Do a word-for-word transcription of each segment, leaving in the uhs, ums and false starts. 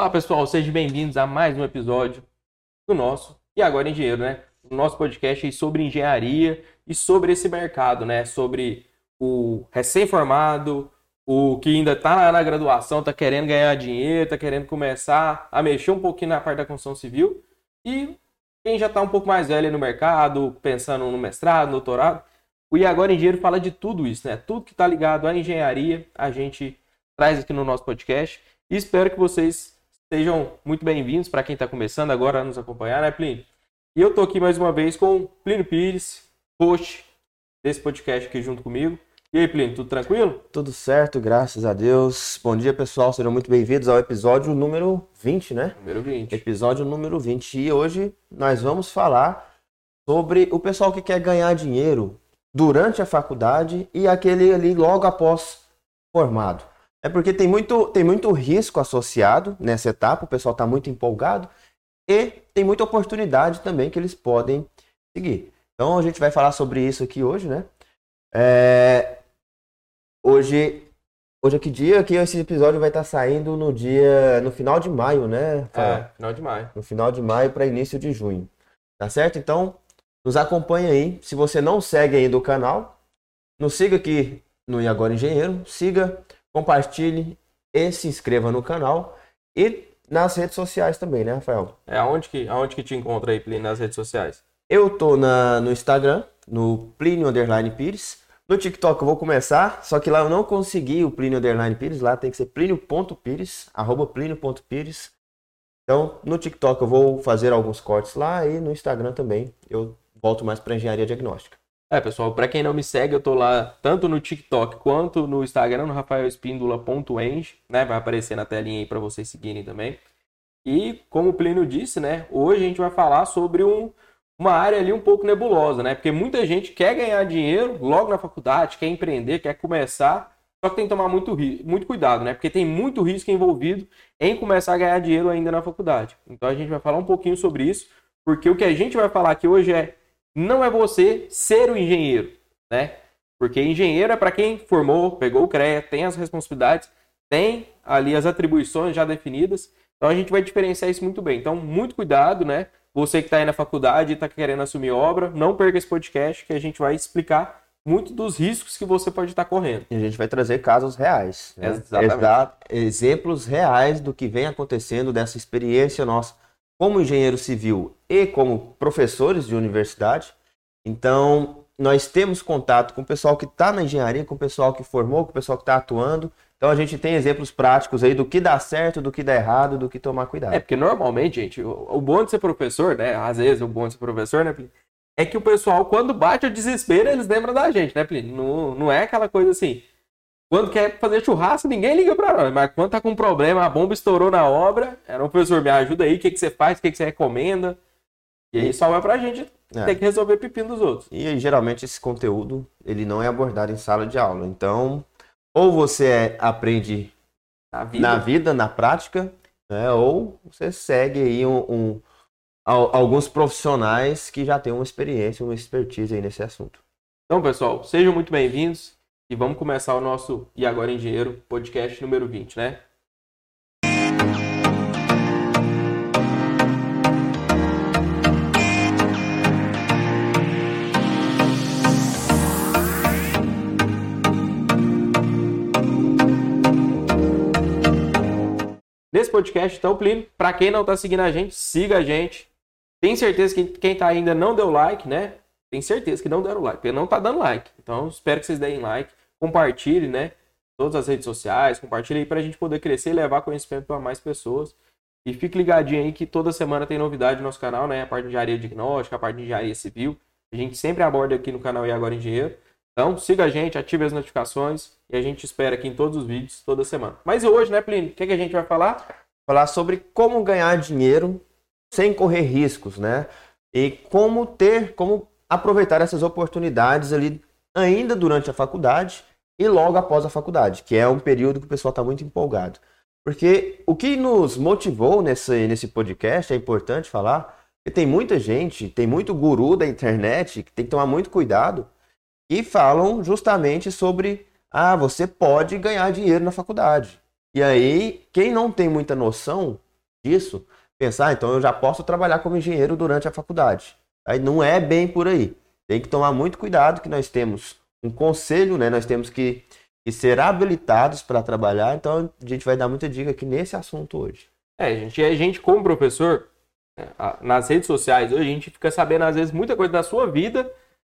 Olá pessoal, sejam bem-vindos a mais um episódio do nosso E Agora Engenheiro, né? O nosso podcast aí sobre engenharia e sobre esse mercado, né? Sobre o recém-formado, o que ainda está na graduação, está querendo ganhar dinheiro, está querendo começar a mexer um pouquinho na parte da construção civil e quem já está um pouco mais velho no mercado, pensando no mestrado, no doutorado. O E Agora Engenheiro fala de tudo isso, né? Tudo que está ligado à engenharia, a gente traz aqui no nosso podcast. E espero que vocês sejam muito bem-vindos para quem está começando agora a nos acompanhar, né, Plínio? E eu estou aqui mais uma vez com o Plínio Pires, host desse podcast aqui junto comigo. E aí, Plínio, tudo tranquilo? Tudo certo, graças a Deus. Bom dia, pessoal. Sejam muito bem-vindos ao episódio número vinte, né? Número vinte. Episódio número vinte. E hoje nós vamos falar sobre o pessoal que quer ganhar dinheiro durante a faculdade e aquele ali logo após formado. É porque tem muito, tem muito risco associado nessa etapa, o pessoal está muito empolgado e tem muita oportunidade também que eles podem seguir. Então a gente vai falar sobre isso aqui hoje, né? É... Hoje, hoje é que dia que esse episódio vai estar saindo no dia, no final de maio, né? É, final de maio. No final de maio para início de junho, tá certo? Então nos acompanha aí. Se você não segue ainda o canal, nos siga aqui no E Agora Engenheiro, siga, compartilhe e se inscreva no canal e nas redes sociais também, né, Rafael? É, aonde que, aonde que te encontra aí, Plínio, nas redes sociais? Eu tô na, no Instagram, no Plínio Underline Pires. No TikTok eu vou começar, só que lá eu não consegui o Plínio Underline Pires, lá tem que ser Plínio.Pires, arroba Plínio.Pires. Então, no TikTok eu vou fazer alguns cortes lá e no Instagram também eu volto mais para engenharia diagnóstica. É, pessoal, para quem não me segue, eu tô lá tanto no TikTok quanto no Instagram, no rafael espíndola ponto eng, né? Vai aparecer na telinha aí para vocês seguirem também. E como o Plínio disse, né? Hoje a gente vai falar sobre um, uma área ali um pouco nebulosa, né? Porque muita gente quer ganhar dinheiro logo na faculdade, quer empreender, quer começar, só que tem que tomar muito, muito cuidado, né? Porque tem muito risco envolvido em começar a ganhar dinheiro ainda na faculdade. Então a gente vai falar um pouquinho sobre isso, porque o que a gente vai falar aqui hoje é não é você ser o engenheiro, né? Porque engenheiro é para quem formou, pegou o C R E A, tem as responsabilidades, tem ali as atribuições já definidas. Então a gente vai diferenciar isso muito bem. Então muito cuidado, né? Você que está aí na faculdade e está querendo assumir obra, não perca esse podcast que a gente vai explicar muito dos riscos que você pode estar correndo. E a gente vai trazer casos reais, né? Exatamente. Exa- exemplos reais do que vem acontecendo dessa experiência nossa como engenheiro civil e como professores de universidade. Então, nós temos contato com o pessoal que está na engenharia, com o pessoal que formou, com o pessoal que está atuando. Então, a gente tem exemplos práticos aí do que dá certo, do que dá errado, do que tomar cuidado. É, porque normalmente, gente, o, o bom de ser professor, né? Às vezes o bom de ser professor, né, Plínio? É que o pessoal, quando bate o desespero, eles lembram da gente, né, Plínio? Não, não é aquela coisa assim... Quando quer fazer churrasco, ninguém liga pra nós. Mas quando tá com um problema, a bomba estourou na obra, era um professor, me ajuda aí, o que, que você faz, o que, que você recomenda. E aí só vai pra gente É. ter que resolver pepino dos outros. E aí, geralmente esse conteúdo ele não é abordado em sala de aula. Então, ou você é- aprende Na vida. na vida, na prática, né? Ou você segue aí um, um- al- alguns profissionais que já têm uma experiência, uma expertise aí nesse assunto. Então, pessoal, sejam muito bem-vindos e vamos começar o nosso E Agora Engenheiro, podcast número vinte, né? Nesse podcast, então, Plínio, para quem não está seguindo a gente, siga a gente. Tem certeza que quem tá ainda não deu like, né? Tem certeza que não deram like, porque não tá dando like. Então, espero que vocês deem like, compartilhem, né? Todas as redes sociais, compartilhem aí pra gente poder crescer e levar conhecimento para mais pessoas. E fique ligadinho aí que toda semana tem novidade no nosso canal, né? A parte de engenharia diagnóstica, a parte de engenharia civil. A gente sempre aborda aqui no canal E Agora Engenheiro. Então, siga a gente, ative as notificações e a gente espera aqui em todos os vídeos, toda semana. Mas hoje, né, Plínio? O que, que a gente vai falar? Falar sobre como ganhar dinheiro sem correr riscos, né? E como ter, como aproveitar essas oportunidades ali ainda durante a faculdade e logo após a faculdade, que é um período que o pessoal está muito empolgado. Porque o que nos motivou nesse, nesse podcast, é importante falar, que tem muita gente, tem muito guru da internet que tem que tomar muito cuidado e falam justamente sobre, ah, você pode ganhar dinheiro na faculdade. E aí, quem não tem muita noção, disso, pensar, ah, então eu já posso trabalhar como engenheiro durante a faculdade. Aí não é bem por aí. Tem que tomar muito cuidado que nós temos um conselho, né? Nós temos que, que ser habilitados para trabalhar. Então a gente vai dar muita dica aqui nesse assunto hoje. É, gente, a gente como professor, nas redes sociais, hoje a gente fica sabendo às vezes muita coisa da sua vida,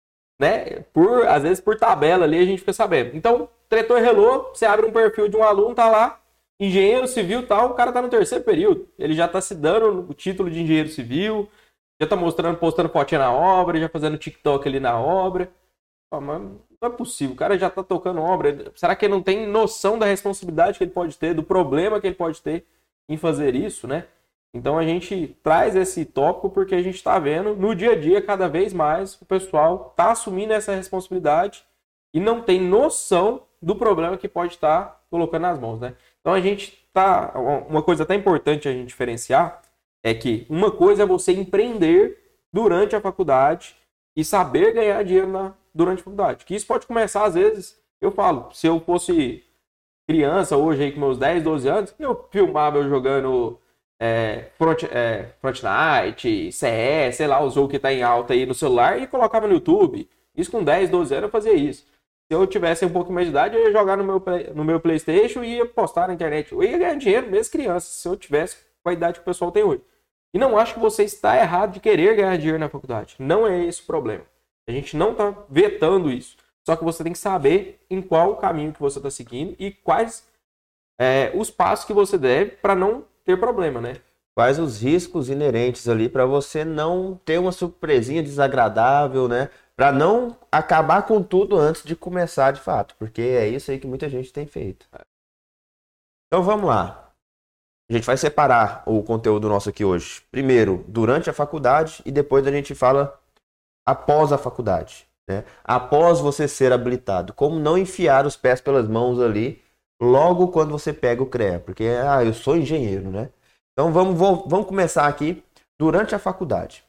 né? Por, às vezes por tabela ali a gente fica sabendo. Então, tretou e relou, você abre um perfil de um aluno, tá lá, engenheiro civil tal, o cara tá no terceiro período. Ele já tá se dando o título de engenheiro civil, já tá mostrando, postando fotinha na obra, já fazendo TikTok ali na obra. Oh, mas não é possível, o cara já tá tocando obra. Será que ele não tem noção da responsabilidade que ele pode ter, do problema que ele pode ter em fazer isso, né? Então a gente traz esse tópico porque a gente está vendo no dia a dia cada vez mais o pessoal está assumindo essa responsabilidade e não tem noção do problema que pode estar tá colocando nas mãos, né? Então a gente tá, uma coisa até importante a gente diferenciar é que uma coisa é você empreender durante a faculdade e saber ganhar dinheiro na, durante a faculdade. Que isso pode começar às vezes, eu falo, se eu fosse criança hoje aí com meus dez, doze anos, eu filmava eu jogando É, Front, é, Fortnite, C S, sei lá, o jogo que tá em alta aí no celular e colocava no YouTube. Isso com dez, doze anos eu fazia isso. Se eu tivesse um pouco mais de idade, eu ia jogar no meu, no meu PlayStation e ia postar na internet. Eu ia ganhar dinheiro mesmo criança, se eu tivesse com a idade que o pessoal tem hoje. E não acho que você está errado de querer ganhar dinheiro na faculdade. Não é esse o problema. A gente não tá vetando isso. Só que você tem que saber em qual caminho que você está seguindo e quais é, os passos que você deve para não ter problema, né? Quais os riscos inerentes ali para você não ter uma surpresinha desagradável, né? Para não acabar com tudo antes de começar de fato, porque é isso aí que muita gente tem feito. Então vamos lá. A gente vai separar o conteúdo nosso aqui hoje. Primeiro, durante a faculdade e depois a gente fala após a faculdade, né? Após você ser habilitado. Como não enfiar os pés pelas mãos ali logo quando você pega o C R E A, porque ah, eu sou engenheiro, né? Então vamos, vamos começar aqui durante a faculdade.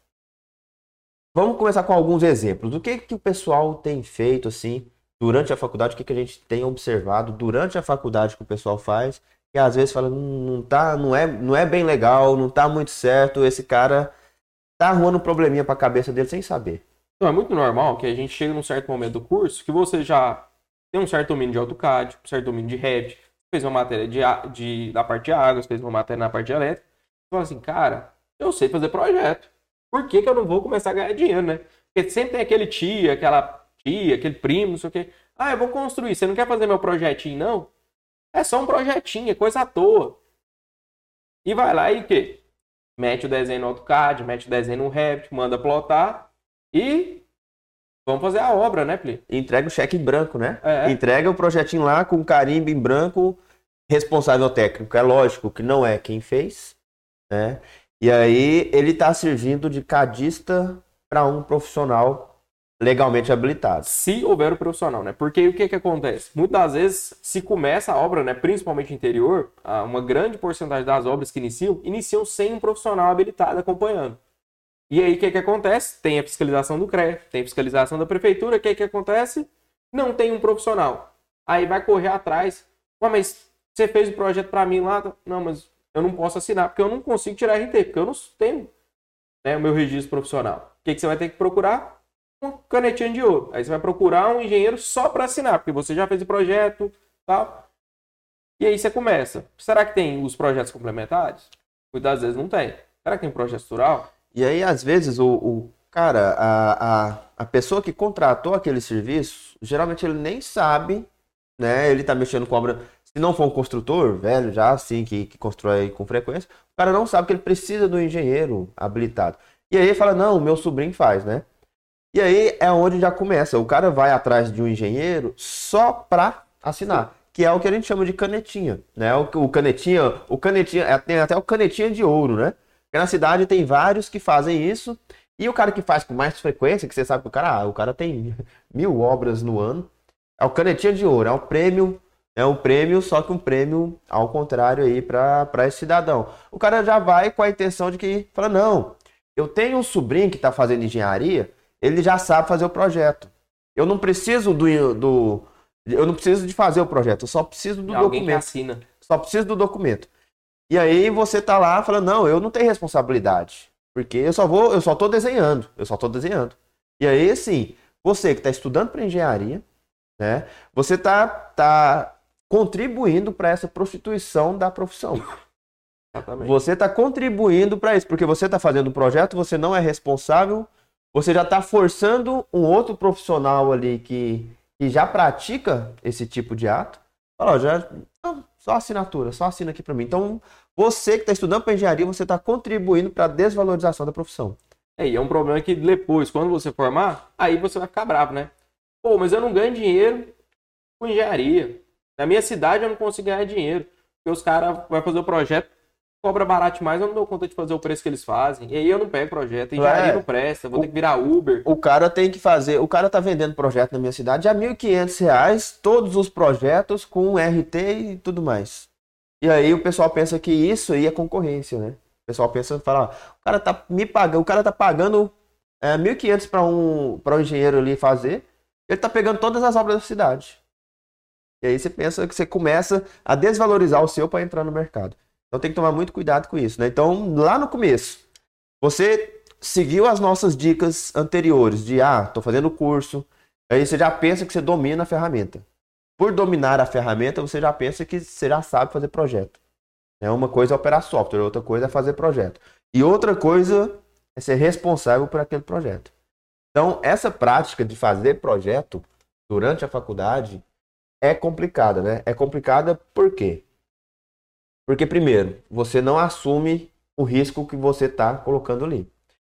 Vamos começar com alguns exemplos. O que, que o pessoal tem feito assim durante a faculdade? O que, que a gente tem observado durante a faculdade que o pessoal faz? E às vezes fala, não, tá, não, é, não é bem legal, não tá muito certo, esse cara tá arrumando um probleminha pra cabeça dele sem saber. Então é muito normal que a gente chegue num certo momento do curso que você já tem um certo domínio de AutoCAD, um certo domínio de Revit, fez uma matéria de, de, da parte de águas, fez uma matéria na parte de elétrica. Você fala assim, cara, eu sei fazer projeto. Por que que eu não vou começar a ganhar dinheiro, né? Porque sempre tem aquele tia, aquela tia, aquele primo, não sei o quê. Ah, eu vou construir. Você não quer fazer meu projetinho, não? É só um projetinho, é coisa à toa. E vai lá e o quê? Mete o desenho no AutoCAD, mete o desenho no Revit, manda plotar e vamos fazer a obra, né, Pli? Entrega o cheque em branco, né? É. Entrega o projetinho lá com carimbo em branco, responsável técnico. É lógico que não é quem fez, né? E aí ele está servindo de cadista para um profissional legalmente habilitado. Se houver o profissional, né? Porque o que que acontece? Muitas vezes se começa a obra, né, principalmente interior, uma grande porcentagem das obras que iniciam, iniciam sem um profissional habilitado acompanhando. E aí, o que que acontece? Tem a fiscalização do C R E A, tem a fiscalização da prefeitura, o que que acontece? Não tem um profissional. Aí vai correr atrás. Ué, mas você fez o projeto para mim lá? Não, mas eu não posso assinar, porque eu não consigo tirar R T, porque eu não tenho, né, o meu registro profissional. O que que você vai ter que procurar? Uma canetinha de ouro. Aí você vai procurar um engenheiro só para assinar, porque você já fez o projeto, tal. E aí você começa. Será que tem os projetos complementares? Muitas vezes não tem. Será que tem projeto rural? E aí, às vezes, o, o cara, a, a, a pessoa que contratou aquele serviço, geralmente ele nem sabe, né? Ele tá mexendo com obra. Se não for um construtor, velho, já assim, que, que constrói com frequência, o cara não sabe que ele precisa do engenheiro habilitado. E aí ele fala, não, o meu sobrinho faz, né? E aí é onde já começa. O cara vai atrás de um engenheiro só pra assinar. Que é o que a gente chama de canetinha, né? O, o canetinha, o canetinha, tem até o canetinha de ouro, né? Porque na cidade tem vários que fazem isso. E o cara que faz com mais frequência, que você sabe que o cara, ah, o cara tem mil obras no ano, é o canetinha de ouro, é um prêmio, é um prêmio, só que um prêmio ao contrário aí para esse cidadão. O cara já vai com a intenção de que, fala, não, eu tenho um sobrinho que está fazendo engenharia, ele já sabe fazer o projeto. Eu não preciso do, do eu não preciso de fazer o projeto, eu só preciso do Alguém documento. que assina. Só preciso do documento. E aí você tá lá falando, não, eu não tenho responsabilidade. Porque eu só vou, eu só tô desenhando. Eu só tô desenhando. E aí, assim, você que está estudando para engenharia, né? Você tá, tá contribuindo para essa prostituição da profissão. Exatamente. Você está contribuindo para isso, porque você está fazendo um projeto, você não é responsável, você já está forçando um outro profissional ali que, que já pratica esse tipo de ato. Fala, ó, já, não, só assinatura, só assina aqui para mim. Então, você que está estudando para engenharia, você está contribuindo para a desvalorização da profissão. É, e é um problema que depois, quando você formar, aí você vai ficar bravo, né? Pô, mas eu não ganho dinheiro com engenharia. Na minha cidade eu não consigo ganhar dinheiro. Porque os caras vão fazer o projeto, cobra barato demais, eu não dou conta de fazer o preço que eles fazem. E aí eu não pego projeto, engenharia é. não presta, vou o, ter que virar Uber. O cara tem que fazer, o cara tá vendendo projeto na minha cidade a mil e quinhentos reais, todos os projetos com R T e tudo mais. E aí o pessoal pensa que isso aí é concorrência, né? O pessoal pensa, fala, ó, o cara tá me pagando, o cara tá pagando é, mil e quinhentos para um, para um engenheiro ali fazer, ele tá pegando todas as obras da cidade. E aí você pensa que você começa a desvalorizar o seu para entrar no mercado. Então tem que tomar muito cuidado com isso, né? Então, lá no começo, você seguiu as nossas dicas anteriores de, ah, tô fazendo curso, aí você já pensa que você domina a ferramenta. Por dominar a ferramenta, você já pensa que você já sabe fazer projeto. É uma coisa é operar software, outra coisa é fazer projeto. E outra coisa é ser responsável por aquele projeto. Então, essa prática de fazer projeto durante a faculdade é complicada, né? É complicada por quê? Porque, primeiro, você não assume o risco que você está colocando ali.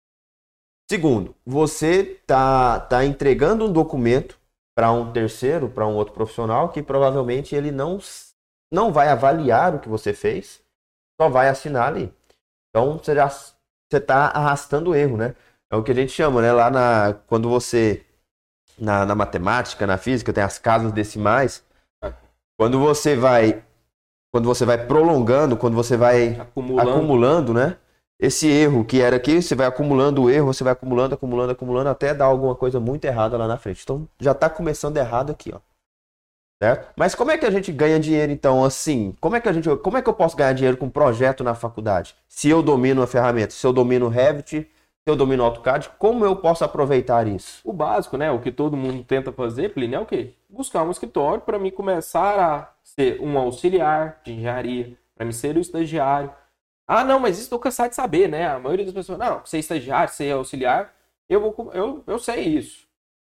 Segundo, você está tá entregando um documento para um terceiro, para um outro profissional, que provavelmente ele não, não vai avaliar o que você fez, só vai assinar ali. Então, você já você está arrastando o erro, né? É o que a gente chama, né? Lá na, quando você, na, na matemática, na física, tem as casas decimais. Quando você vai... Quando você vai prolongando, quando você vai acumulando. acumulando, né? Esse erro que era aqui, você vai acumulando o erro, você vai acumulando, acumulando, acumulando, até dar alguma coisa muito errada lá na frente. Então, já está começando errado aqui, ó. Certo? Mas como é que a gente ganha dinheiro, então, assim? Como é que a gente, como é que eu posso ganhar dinheiro com um projeto na faculdade? Se eu domino a ferramenta, se eu domino o Revit, se eu domino o AutoCAD, como eu posso aproveitar isso? O básico, né? O que todo mundo tenta fazer, Plínio, é o quê? Buscar um escritório para mim começar a ser um auxiliar de engenharia, para mim ser o estagiário. Ah, não, mas isso estou cansado de saber, né? A maioria das pessoas, não, ser estagiário, ser auxiliar, eu, vou, eu, eu sei isso.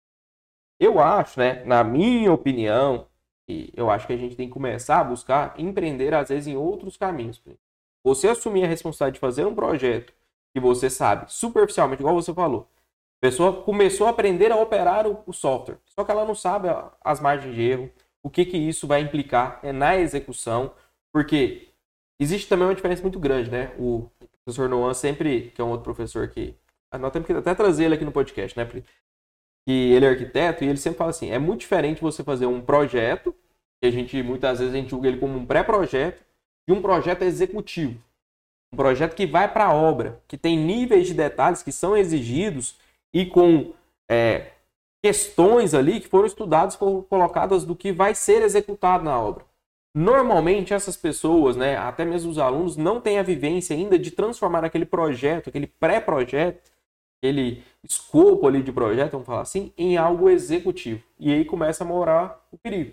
Eu acho, né, na minha opinião, e eu acho que a gente tem que começar a buscar empreender, às vezes, em outros caminhos. Você assumir a responsabilidade de fazer um projeto que você sabe, superficialmente, igual você falou. A pessoa começou a aprender a operar o, o software, só que ela não sabe as margens de erro, o que, que isso vai implicar é na execução, porque existe também uma diferença muito grande, né? O professor Noan sempre, que é um outro professor que... Nós temos que até trazer ele aqui no podcast, né? Que ele é arquiteto e ele sempre fala assim, é muito diferente você fazer um projeto, que a gente, muitas vezes, a gente julga ele como um pré-projeto, e um projeto executivo. Um projeto que vai para a obra, que tem níveis de detalhes que são exigidos e com é, questões ali que foram estudadas, foram colocadas do que vai ser executado na obra. Normalmente essas pessoas, né, até mesmo os alunos, não têm a vivência ainda de transformar aquele projeto, aquele pré-projeto, aquele escopo ali de projeto, vamos falar assim, em algo executivo. E aí começa a morar o perigo.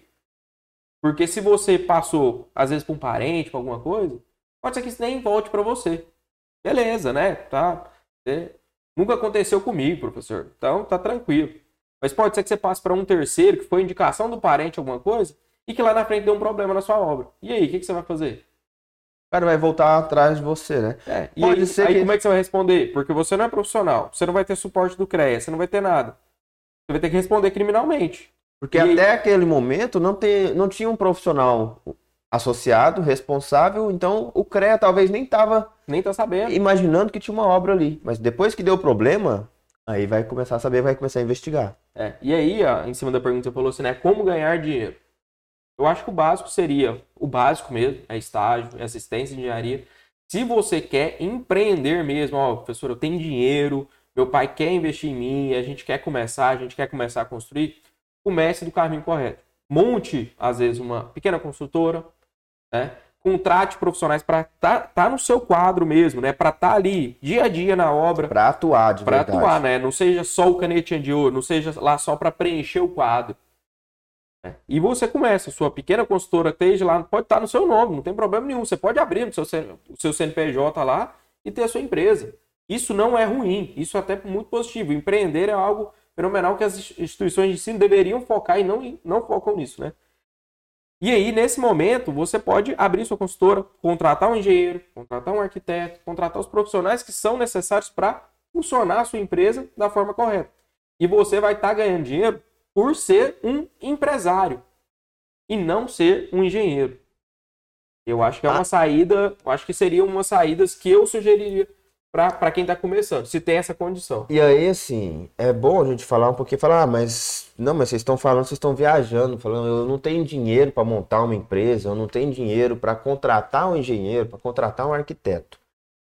Porque se você passou, às vezes, para um parente, para alguma coisa, pode ser que isso nem volte para você. Beleza, né? Tá. É. Nunca aconteceu comigo, professor. Então, tá tranquilo. Mas pode ser que você passe para um terceiro, que foi indicação do parente, alguma coisa, e que lá na frente deu um problema na sua obra. E aí, o que, que você vai fazer? O cara vai voltar atrás de você, né? É. E pode aí, ser aí que... como é que você vai responder? Porque você não é profissional. Você não vai ter suporte do CREA, você não vai ter nada. Você vai ter que responder criminalmente. Porque e até aí... aquele momento não, tem, não tinha um profissional associado, responsável, então o CREA talvez nem estava nem tá sabendo, imaginando que tinha uma obra ali. Mas depois que deu problema, aí vai começar a saber, vai começar a investigar. É. E aí, ó, em cima da pergunta que você falou assim, né? Como ganhar dinheiro? Eu acho que o básico seria, o básico mesmo, é estágio, é assistência de engenharia. Se você quer empreender mesmo, ó, professor, eu tenho dinheiro, meu pai quer investir em mim, a gente quer começar, a gente quer começar a construir, comece do caminho correto. Monte, às vezes, uma pequena construtora, né? contrate profissionais para estar tá, tá no seu quadro mesmo, né? Para estar tá ali dia a dia na obra. Para atuar de Para verdade. atuar, né? Não seja só o canetinha de ouro, não seja lá só para preencher o quadro. É. E você começa, sua pequena consultora esteja lá, pode estar no seu nome, não tem problema nenhum. Você pode abrir no seu, o seu C N P J lá e ter a sua empresa. Isso não é ruim, isso é até muito positivo. Empreender é algo fenomenal que as instituições de ensino deveriam focar e não, não focam nisso, né? E aí, nesse momento, você pode abrir sua consultora, contratar um engenheiro, contratar um arquiteto, contratar os profissionais que são necessários para funcionar a sua empresa da forma correta. E você vai estar ganhando dinheiro por ser um empresário e não ser um engenheiro. Eu acho que é uma ah. saída, eu acho que seria uma saídas que eu sugeriria para quem está começando, se tem essa condição. E aí, assim, é bom a gente falar um pouquinho, falar, ah, mas, não, mas vocês estão falando, vocês estão viajando, falando, eu não tenho dinheiro para montar uma empresa, eu não tenho dinheiro para contratar um engenheiro, para contratar um arquiteto.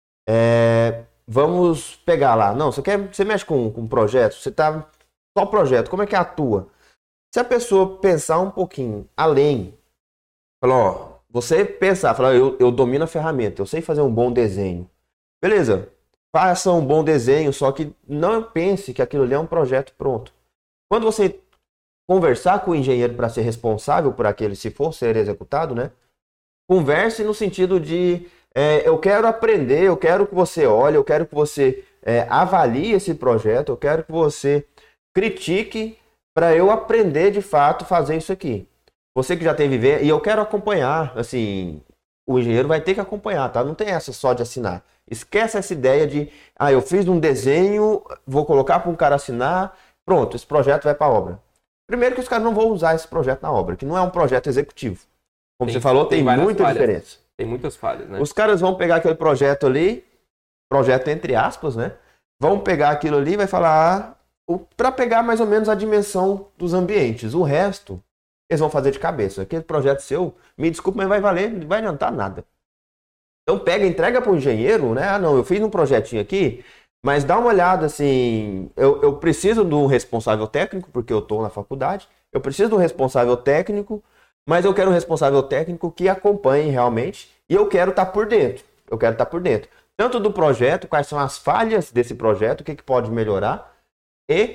É, vamos pegar lá, não, você, quer, você mexe com, com projeto, você está, só projeto, como é que atua? Se a pessoa pensar um pouquinho além, falar, ó, você pensar, falar, eu, eu domino a ferramenta, eu sei fazer um bom desenho, beleza. Faça um bom desenho, só que não pense que aquilo ali é um projeto pronto. Quando você conversar com o engenheiro para ser responsável por aquele, se for ser executado, né? Converse no sentido de, é, eu quero aprender, eu quero que você olhe, eu quero que você é, avalie esse projeto, eu quero que você critique para eu aprender de fato fazer isso aqui. Você que já tem viver, e eu quero acompanhar, assim, o engenheiro vai ter que acompanhar, tá? Não tem essa só de assinar. Esquece essa ideia de, ah, eu fiz um desenho, vou colocar para um cara assinar, pronto, esse projeto vai para a obra. Primeiro que os caras não vão usar esse projeto na obra, que não é um projeto executivo. Como tem, você falou, tem, tem muita falhas. diferença. Tem muitas falhas, né? Os caras vão pegar aquele projeto ali, projeto entre aspas, né? Vão pegar aquilo ali e vai falar, ah, para pegar mais ou menos a dimensão dos ambientes. O resto, eles vão fazer de cabeça. Aquele projeto seu, me desculpa, mas vai valer, não vai adiantar nada. Então pega, entrega para o engenheiro, né? Ah, não, eu fiz um projetinho aqui, mas dá uma olhada assim, eu, eu preciso de um responsável técnico, porque eu estou na faculdade, eu preciso de um responsável técnico, mas eu quero um responsável técnico que acompanhe realmente, e eu quero estar por dentro, eu quero estar por dentro. Tanto do projeto, quais são as falhas desse projeto, o que, que pode melhorar, e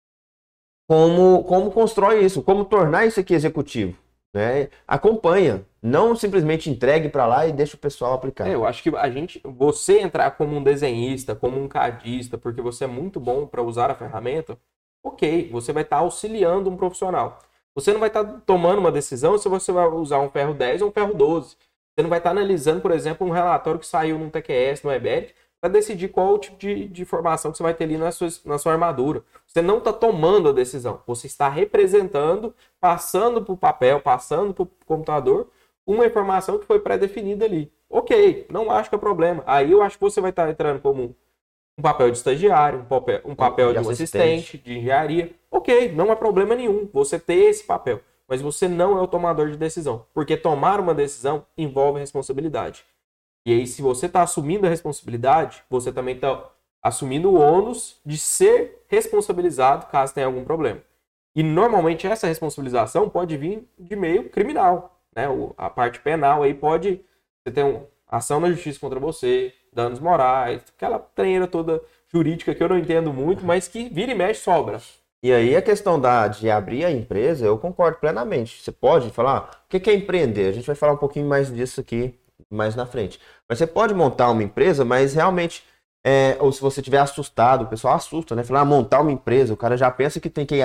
como, como constrói isso, como tornar isso aqui executivo. Né? Acompanha, não simplesmente entregue para lá e deixa o pessoal aplicar. É, eu acho que a gente, você entrar como um desenhista, como um cadista, porque você é muito bom para usar a ferramenta, ok, você vai estar tá auxiliando um profissional. Você não vai estar tá tomando uma decisão se você vai usar um ferro dez ou um ferro doze. Você não vai estar tá analisando, por exemplo, um relatório que saiu num T Q S, no E B E R C, para decidir qual o tipo de, de informação que você vai ter ali na sua, na sua armadura. Você não está tomando a decisão, você está representando, passando para o papel, passando para o computador, uma informação que foi pré-definida ali. Ok, não acho que é problema. Aí eu acho que você vai estar entrando como um papel de estagiário, um papel, um papel de, de um assistente. assistente, de engenharia. Ok, não é problema nenhum você ter esse papel, mas você não é o tomador de decisão, porque tomar uma decisão envolve responsabilidade. E aí, se você está assumindo a responsabilidade, você também está assumindo o ônus de ser responsabilizado caso tenha algum problema. E normalmente essa responsabilização pode vir de meio criminal, né? A parte penal aí pode você ter uma ação na justiça contra você, danos morais, aquela treina toda jurídica que eu não entendo muito, mas que vira e mexe sobra. E aí a questão da, de abrir a empresa, eu concordo plenamente. Você pode falar, o que é empreender? A gente vai falar um pouquinho mais disso aqui mais na frente. Mas você pode montar uma empresa, mas realmente, é, ou se você estiver assustado, o pessoal assusta, né? Falar, ah, montar uma empresa, o cara já pensa que tem que...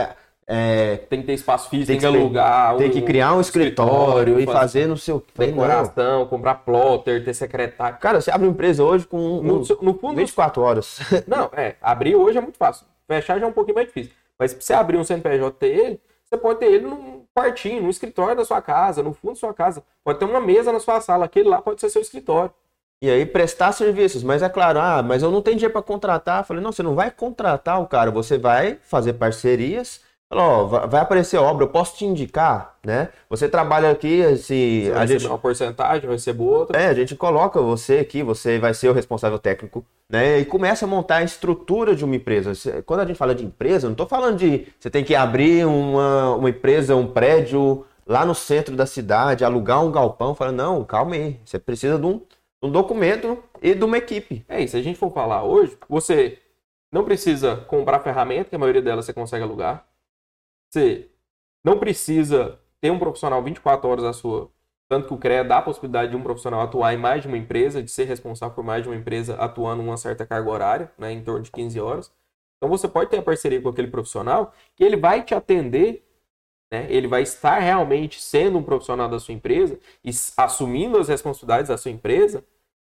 É, tem que ter espaço físico, tem que, tem que alugar... Tem um, que criar um escritório, escritório e fazer no seu... Decoração, não. Comprar plotter, ter secretário. Cara, você abre uma empresa hoje com no, no fundo, vinte e quatro horas. Não, é, abrir hoje é muito fácil. Fechar já é um pouquinho mais difícil. Mas pra você abrir um C N P J e ter ele, você pode ter ele num quartinho, num escritório da sua casa, no fundo da sua casa. Pode ter uma mesa na sua sala, aquele lá pode ser seu escritório. E aí prestar serviços, mas é claro, ah, mas eu não tenho dinheiro para contratar. Eu falei, não, você não vai contratar o cara, você vai fazer parcerias. Falou, ó, vai aparecer obra, eu posso te indicar, né? Você trabalha aqui, se você a gente uma porcentagem, eu recebo outra. É, a gente coloca você aqui, você vai ser o responsável técnico, né? E começa a montar a estrutura de uma empresa. Quando a gente fala de empresa, eu não estou falando de você tem que abrir uma, uma empresa, um prédio lá no centro da cidade, alugar um galpão, fala, não, calma aí, você precisa de um, de um documento e de uma equipe. É isso, se a gente for falar hoje, você não precisa comprar ferramenta, que a maioria delas você consegue alugar. Você não precisa ter um profissional vinte e quatro horas à sua... Tanto que o CREA dá a possibilidade de um profissional atuar em mais de uma empresa, de ser responsável por mais de uma empresa atuando em uma certa carga horária, né, em torno de quinze horas. Então você pode ter a parceria com aquele profissional que ele vai te atender, né, ele vai estar realmente sendo um profissional da sua empresa e assumindo as responsabilidades da sua empresa,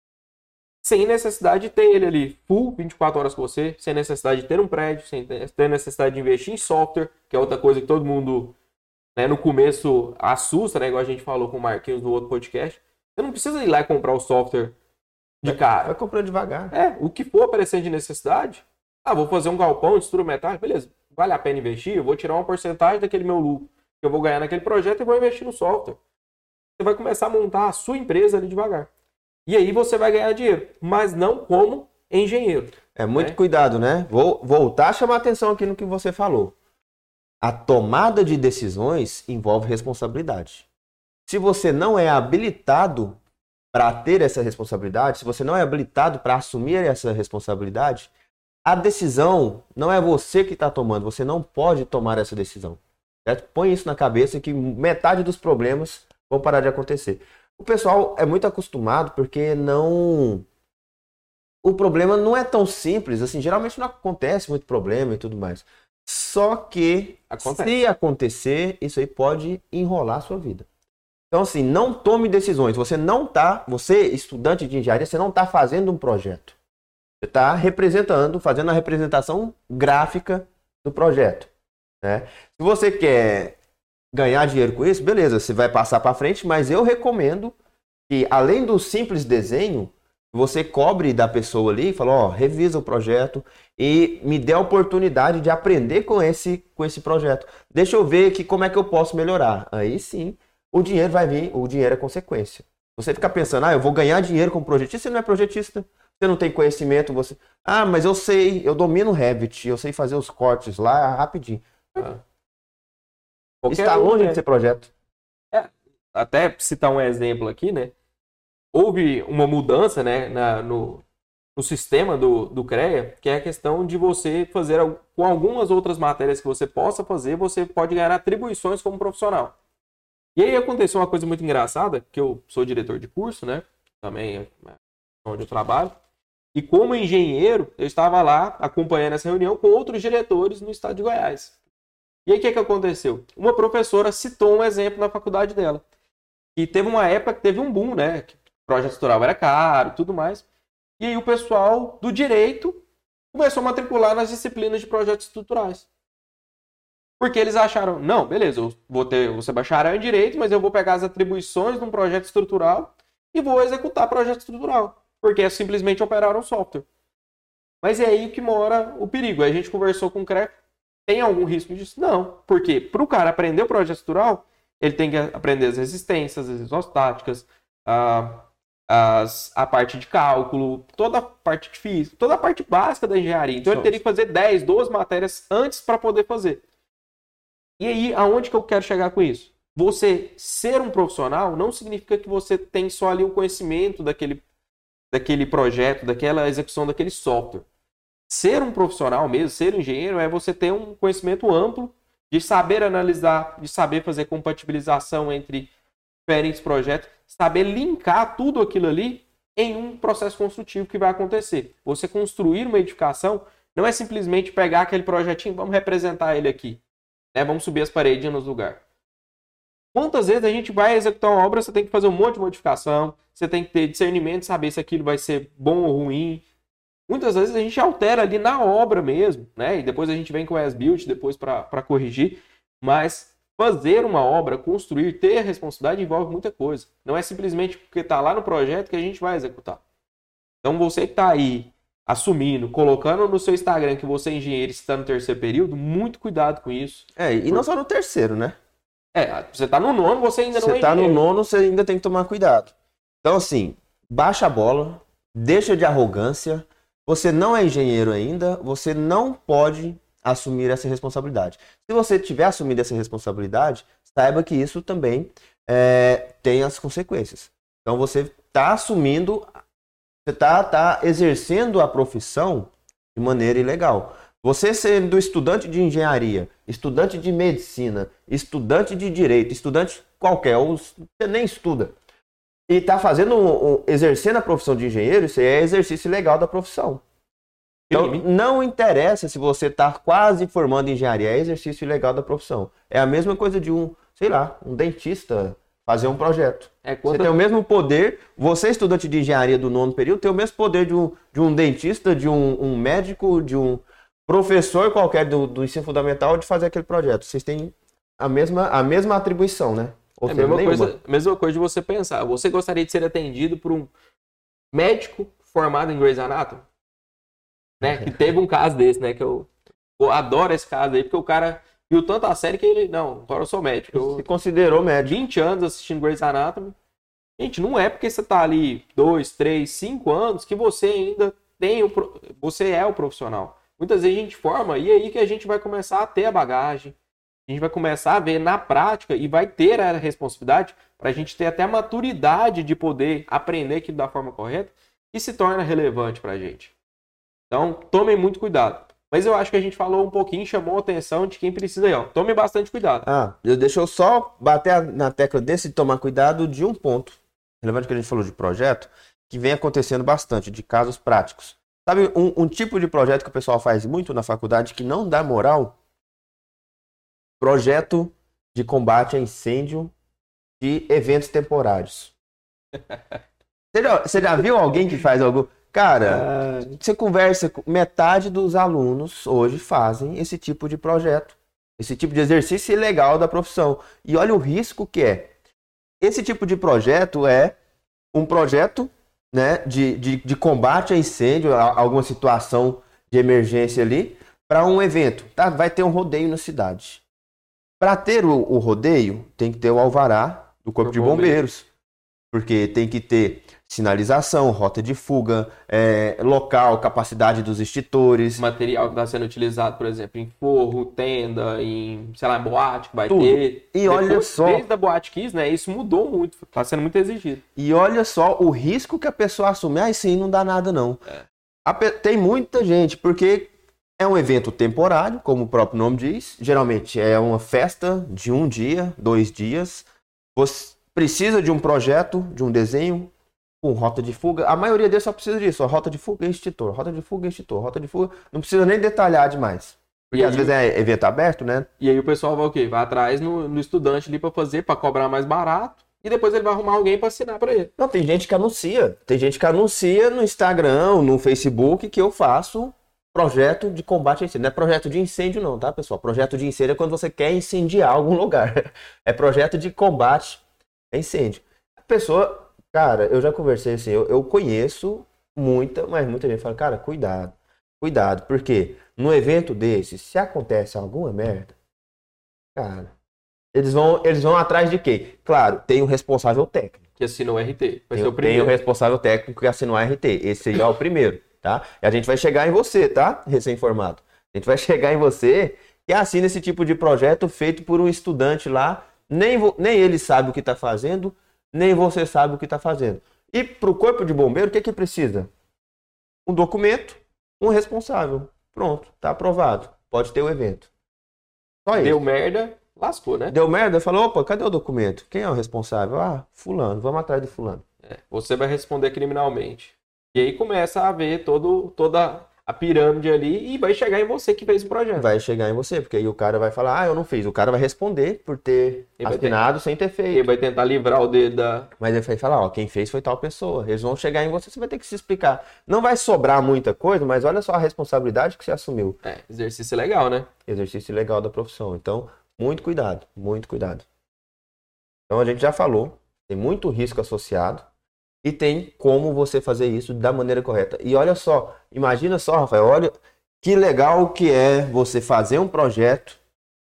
sem necessidade de ter ele ali full vinte e quatro horas com você, sem necessidade de ter um prédio, sem ter necessidade de investir em software, que é outra coisa que todo mundo... Né, no começo assusta, né, igual a gente falou com o Marquinhos no outro podcast. Você não precisa ir lá e comprar o software de cara. Vai comprando devagar. É, o que for aparecendo de necessidade. Ah, vou fazer um galpão de estrutura metálica, beleza. Vale a pena investir? Eu vou tirar uma porcentagem daquele meu lucro que eu vou ganhar naquele projeto e vou investir no software. Você vai começar a montar a sua empresa ali devagar. E aí você vai ganhar dinheiro, mas não como engenheiro. É muito né? cuidado, né? Vou voltar a chamar a atenção aqui no que você falou. A tomada de decisões envolve responsabilidade. Se você não é habilitado para ter essa responsabilidade, se você não é habilitado para assumir essa responsabilidade, a decisão não é você que está tomando, você não pode tomar essa decisão. Certo? Põe isso na cabeça que metade dos problemas vão parar de acontecer. O pessoal é muito acostumado porque não... O problema não é tão simples, assim, geralmente não acontece muito problema e tudo mais. Só que, Acontece. se acontecer, isso aí pode enrolar a sua vida. Então, assim, não tome decisões. Você não tá, você, estudante de engenharia, você não está fazendo um projeto. Você está representando, fazendo a representação gráfica do projeto. Né? Se você quer ganhar dinheiro com isso, beleza, você vai passar para frente, mas eu recomendo que, além do simples desenho, você cobre da pessoa ali e fala, ó, revisa o projeto e me dê a oportunidade de aprender com esse, com esse projeto. Deixa eu ver que, como é que eu posso melhorar. Aí sim, o dinheiro vai vir, o dinheiro é consequência. Você fica pensando, ah, eu vou ganhar dinheiro como projetista, você não é projetista, você não tem conhecimento, você... Ah, mas eu sei, eu domino o Revit, eu sei fazer os cortes lá rapidinho. Ah. Está longe de ser projeto. É, até citar um exemplo aqui, né? Houve uma mudança, né, na, no, no sistema do, do CREA, que é a questão de você fazer, com algumas outras matérias que você possa fazer, você pode ganhar atribuições como profissional. E aí aconteceu uma coisa muito engraçada, que eu sou diretor de curso, né, também é onde eu trabalho, e como engenheiro, eu estava lá acompanhando essa reunião com outros diretores no estado de Goiás. E aí o que, que aconteceu? Uma professora citou um exemplo na faculdade dela, e teve uma época que teve um boom, né, projeto estrutural era caro e tudo mais. E aí o pessoal do direito começou a matricular nas disciplinas de projetos estruturais. Porque eles acharam, não, beleza, eu vou, ter, vou ser bacharel em direito, mas eu vou pegar as atribuições de um projeto estrutural e vou executar projeto estrutural. Porque é simplesmente operar um software. Mas é aí que mora o perigo. Aí a gente conversou com o CREA, tem algum risco disso? Não. Porque para o cara aprender o projeto estrutural, ele tem que aprender as resistências, as isostáticas, a... As, a parte de cálculo, toda a parte de física, toda a parte básica da engenharia. Então, ele teria que fazer dez, doze matérias antes para poder fazer. E aí, aonde que eu quero chegar com isso? Você ser um profissional não significa que você tem só ali o conhecimento daquele, daquele projeto, daquela execução daquele software. Ser um profissional mesmo, ser um engenheiro, é você ter um conhecimento amplo de saber analisar, de saber fazer compatibilização entre diferentes projetos, saber linkar tudo aquilo ali em um processo construtivo que vai acontecer. Você construir uma edificação não é simplesmente pegar aquele projetinho, vamos representar ele aqui, né? Vamos subir as paredes nos lugares. Quantas vezes a gente vai executar uma obra, você tem que fazer um monte de modificação, você tem que ter discernimento, saber se aquilo vai ser bom ou ruim. Muitas vezes a gente altera ali na obra mesmo, né? E depois a gente vem com o as-built depois para corrigir, mas fazer uma obra, construir, ter responsabilidade envolve muita coisa. Não é simplesmente porque está lá no projeto que a gente vai executar. Então você que está aí assumindo, colocando no seu Instagram que você é engenheiro e está no terceiro período, muito cuidado com isso. É, e não só no terceiro, né? É, você está no nono, você ainda não é engenheiro. Você está no nono, você ainda tem que tomar cuidado. Então assim, baixa a bola, deixa de arrogância, você não é engenheiro ainda, você não pode assumir essa responsabilidade. Se você tiver assumido essa responsabilidade, saiba que isso também é, tem as consequências. Então você está assumindo, você está tá exercendo a profissão de maneira ilegal. Você sendo estudante de engenharia, estudante de medicina, estudante de direito, estudante qualquer, ou você nem estuda, e está fazendo, um, um, exercendo a profissão de engenheiro, isso é exercício ilegal da profissão. Então, não interessa se você está quase formando em engenharia, é exercício ilegal da profissão. É a mesma coisa de um, sei lá, um dentista fazer um projeto. É quando... Você tem o mesmo poder, você estudante de engenharia do nono período, tem o mesmo poder de um, de um dentista, de um, um médico, de um professor qualquer do, do ensino fundamental de fazer aquele projeto. Vocês têm a mesma, a mesma atribuição, né? Ou é a seja, mesma coisa, mesma coisa de você pensar. Você gostaria de ser atendido por um médico formado em Grey's Anatomy? Né? Que teve um caso desse, né? Que eu, eu adoro esse caso aí, porque o cara viu tanto a série que ele... Não, agora eu sou médico. Eu, se considerou médico. vinte anos assistindo Grey's Anatomy. Gente, não é porque você tá ali dois, três, cinco anos que você ainda tem o... Você é o profissional. Muitas vezes a gente forma e aí que a gente vai começar a ter a bagagem. A gente vai começar a ver na prática e vai ter a responsabilidade para a gente ter até a maturidade de poder aprender aquilo da forma correta e se torna relevante para a gente. Então, tomem muito cuidado. Mas eu acho que a gente falou um pouquinho, chamou a atenção de quem precisa aí, ó. Tomem bastante cuidado. Ah, deixa eu só bater na tecla desse de tomar cuidado de um ponto relevante que a gente falou de projeto, que vem acontecendo bastante, de casos práticos. Sabe, um, um tipo de projeto que o pessoal faz muito na faculdade que não dá moral? Projeto de combate a incêndio de eventos temporários. Você já, você já viu alguém que faz algo... Cara, ah. você conversa com... Metade dos alunos hoje fazem esse tipo de projeto. Esse tipo de exercício ilegal da profissão. E olha o risco que é. Esse tipo de projeto é um projeto... Né, de, de, de combate a incêndio, a, alguma situação de emergência ali, para um evento. Tá? Vai ter um rodeio na cidade. Para ter o, o rodeio, tem que ter o alvará do Corpo de Bombeiros. Porque tem que ter sinalização, rota de fuga, é, local, capacidade dos extintores. Material que está sendo utilizado, por exemplo, em forro, tenda, em, sei lá, boate que vai Tudo. ter. E depois, olha só... Desde a Boate Kiss, né, isso mudou muito, está sendo muito exigido. E olha só o risco que a pessoa assume. Ah, sim, não dá nada não. É. A, tem muita gente, porque é um evento temporário, como o próprio nome diz. Geralmente é uma festa de um dia, dois dias. Você precisa de um projeto, de um desenho, com rota de fuga. A maioria deles só precisa disso. Ó, rota de fuga e extintor. Rota de fuga e extintor. Rota de fuga. Não precisa nem detalhar demais. Porque e às aí, vezes é evento aberto, né? E aí o pessoal vai o quê? Vai atrás no, no estudante ali para fazer, para cobrar mais barato. E depois ele vai arrumar alguém para assinar para ele. Não, tem gente que anuncia. Tem gente que anuncia no Instagram, no Facebook, que eu faço projeto de combate a incêndio. Não é projeto de incêndio não, tá, pessoal? Projeto de incêndio é quando você quer incendiar algum lugar. É projeto de combate a incêndio. A pessoa... Cara, eu já conversei assim, eu, eu conheço muita, mas muita gente fala, cara, cuidado, cuidado, porque no evento desse, se acontece alguma merda, cara, eles vão, eles vão atrás de quê? Claro, tem o responsável técnico. Que assinou o R T, vai tem, ser o primeiro. Tem o responsável técnico que assinou o R T, esse aí é o primeiro, tá? E a gente vai chegar em você, tá? Recém-formado. A gente vai chegar em você que assina esse tipo de projeto feito por um estudante lá, nem, nem ele sabe o que está fazendo, nem você sabe o que está fazendo. E para o corpo de bombeiro, o que, que precisa? Um documento, um responsável. Pronto, está aprovado. Pode ter o evento. Só isso. Deu merda, lascou, né? Deu merda, falou, opa, cadê o documento? Quem é o responsável? Ah, fulano, vamos atrás de fulano. É, você vai responder criminalmente. E aí começa a haver todo, toda a pirâmide ali e vai chegar em você que fez o projeto. Vai chegar em você, porque aí o cara vai falar, ah, eu não fiz. O cara vai responder por ter ele assinado sem ter feito. Ele vai tentar livrar o dedo da... Mas ele vai falar, ó, quem fez foi tal pessoa. Eles vão chegar em você, você vai ter que se explicar. Não vai sobrar muita coisa, mas olha só a responsabilidade que você assumiu. É, exercício legal, né? Exercício legal da profissão. Então, muito cuidado, muito cuidado. Então, a gente já falou, tem muito risco associado. E tem como você fazer isso da maneira correta. E olha só, imagina só, Rafael, olha que legal que é você fazer um projeto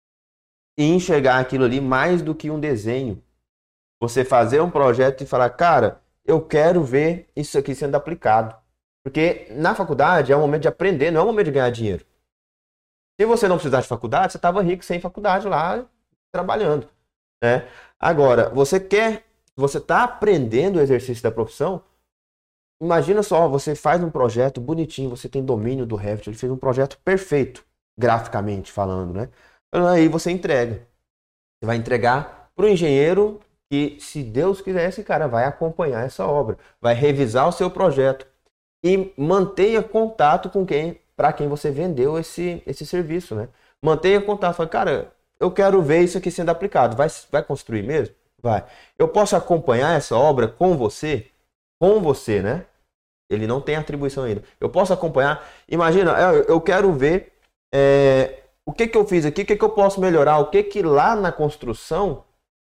e enxergar aquilo ali mais do que um desenho. Você fazer um projeto e falar, cara, eu quero ver isso aqui sendo aplicado. Porque na faculdade é um momento de aprender, não é um momento de ganhar dinheiro. Se você não precisasse de faculdade, você estava rico sem faculdade lá, trabalhando. né? Agora, você quer, você está aprendendo o exercício da profissão, imagina só, você faz um projeto bonitinho, você tem domínio do Revit, ele fez um projeto perfeito, graficamente falando, né? Aí você entrega. Você vai entregar para o engenheiro que, se Deus quiser, esse cara vai acompanhar essa obra, vai revisar o seu projeto e mantenha contato com quem, para quem você vendeu esse, esse serviço, né? Mantenha contato, fala, cara, eu quero ver isso aqui sendo aplicado, vai, vai construir mesmo? Vai. Eu posso acompanhar essa obra com você? Com você, né? Ele não tem atribuição ainda. Eu posso acompanhar. Imagina, eu, eu quero ver é, o que, que eu fiz aqui, o que, que eu posso melhorar, o que, que lá na construção,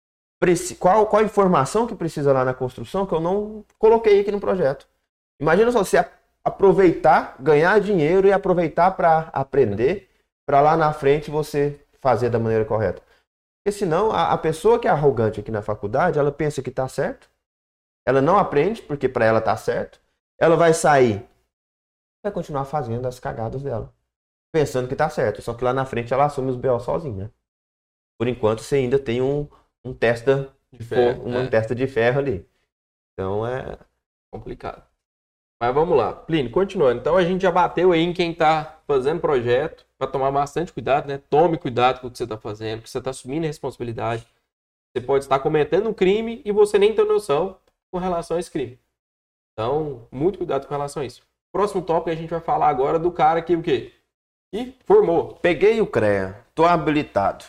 qual, qual a informação que precisa lá na construção que eu não coloquei aqui no projeto. Imagina só, você aproveitar, ganhar dinheiro e aproveitar para aprender, para lá na frente você fazer da maneira correta. Porque senão, a, a pessoa que é arrogante aqui na faculdade, ela pensa que está certo, ela não aprende, porque para ela está certo, ela vai sair, vai continuar fazendo as cagadas dela, pensando que está certo, só que lá na frente ela assume os B O sozinha. Né? Por enquanto, você ainda tem um, um testa de ferro, uma é. testa de ferro ali. Então, é complicado. Mas vamos lá, Plínio, continuando. Então a gente já bateu aí em quem está fazendo projeto, para tomar bastante cuidado, né? Tome cuidado com o que você está fazendo, porque você está assumindo a responsabilidade. Você pode estar cometendo um crime e você nem tem noção com relação a esse crime. Então, muito cuidado com relação a isso. Próximo tópico a gente vai falar agora do cara que o quê? Que formou. Peguei o CREA, tô habilitado.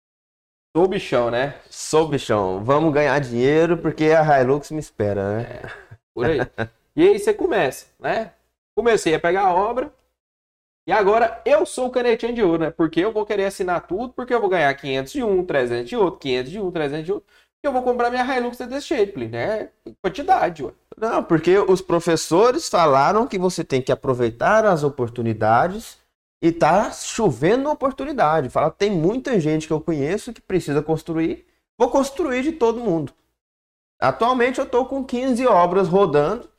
Sou bichão, né? Sou bichão. Vamos ganhar dinheiro porque a Hilux me espera, né? É, por aí. E aí você começa, né? Comecei a pegar a obra e agora eu sou o canetinha de ouro, né? Porque eu vou querer assinar tudo, porque eu vou ganhar quinhentos de um, trezentos de outro, quinhentos de um, trezentos de outro. E eu vou comprar minha Hilux desse jeito, né? Quantidade, ué. Não, porque os professores falaram que você tem que aproveitar as oportunidades e tá chovendo oportunidade. Fala, tem muita gente que eu conheço que precisa construir, vou construir de todo mundo. Atualmente eu tô com quinze obras rodando.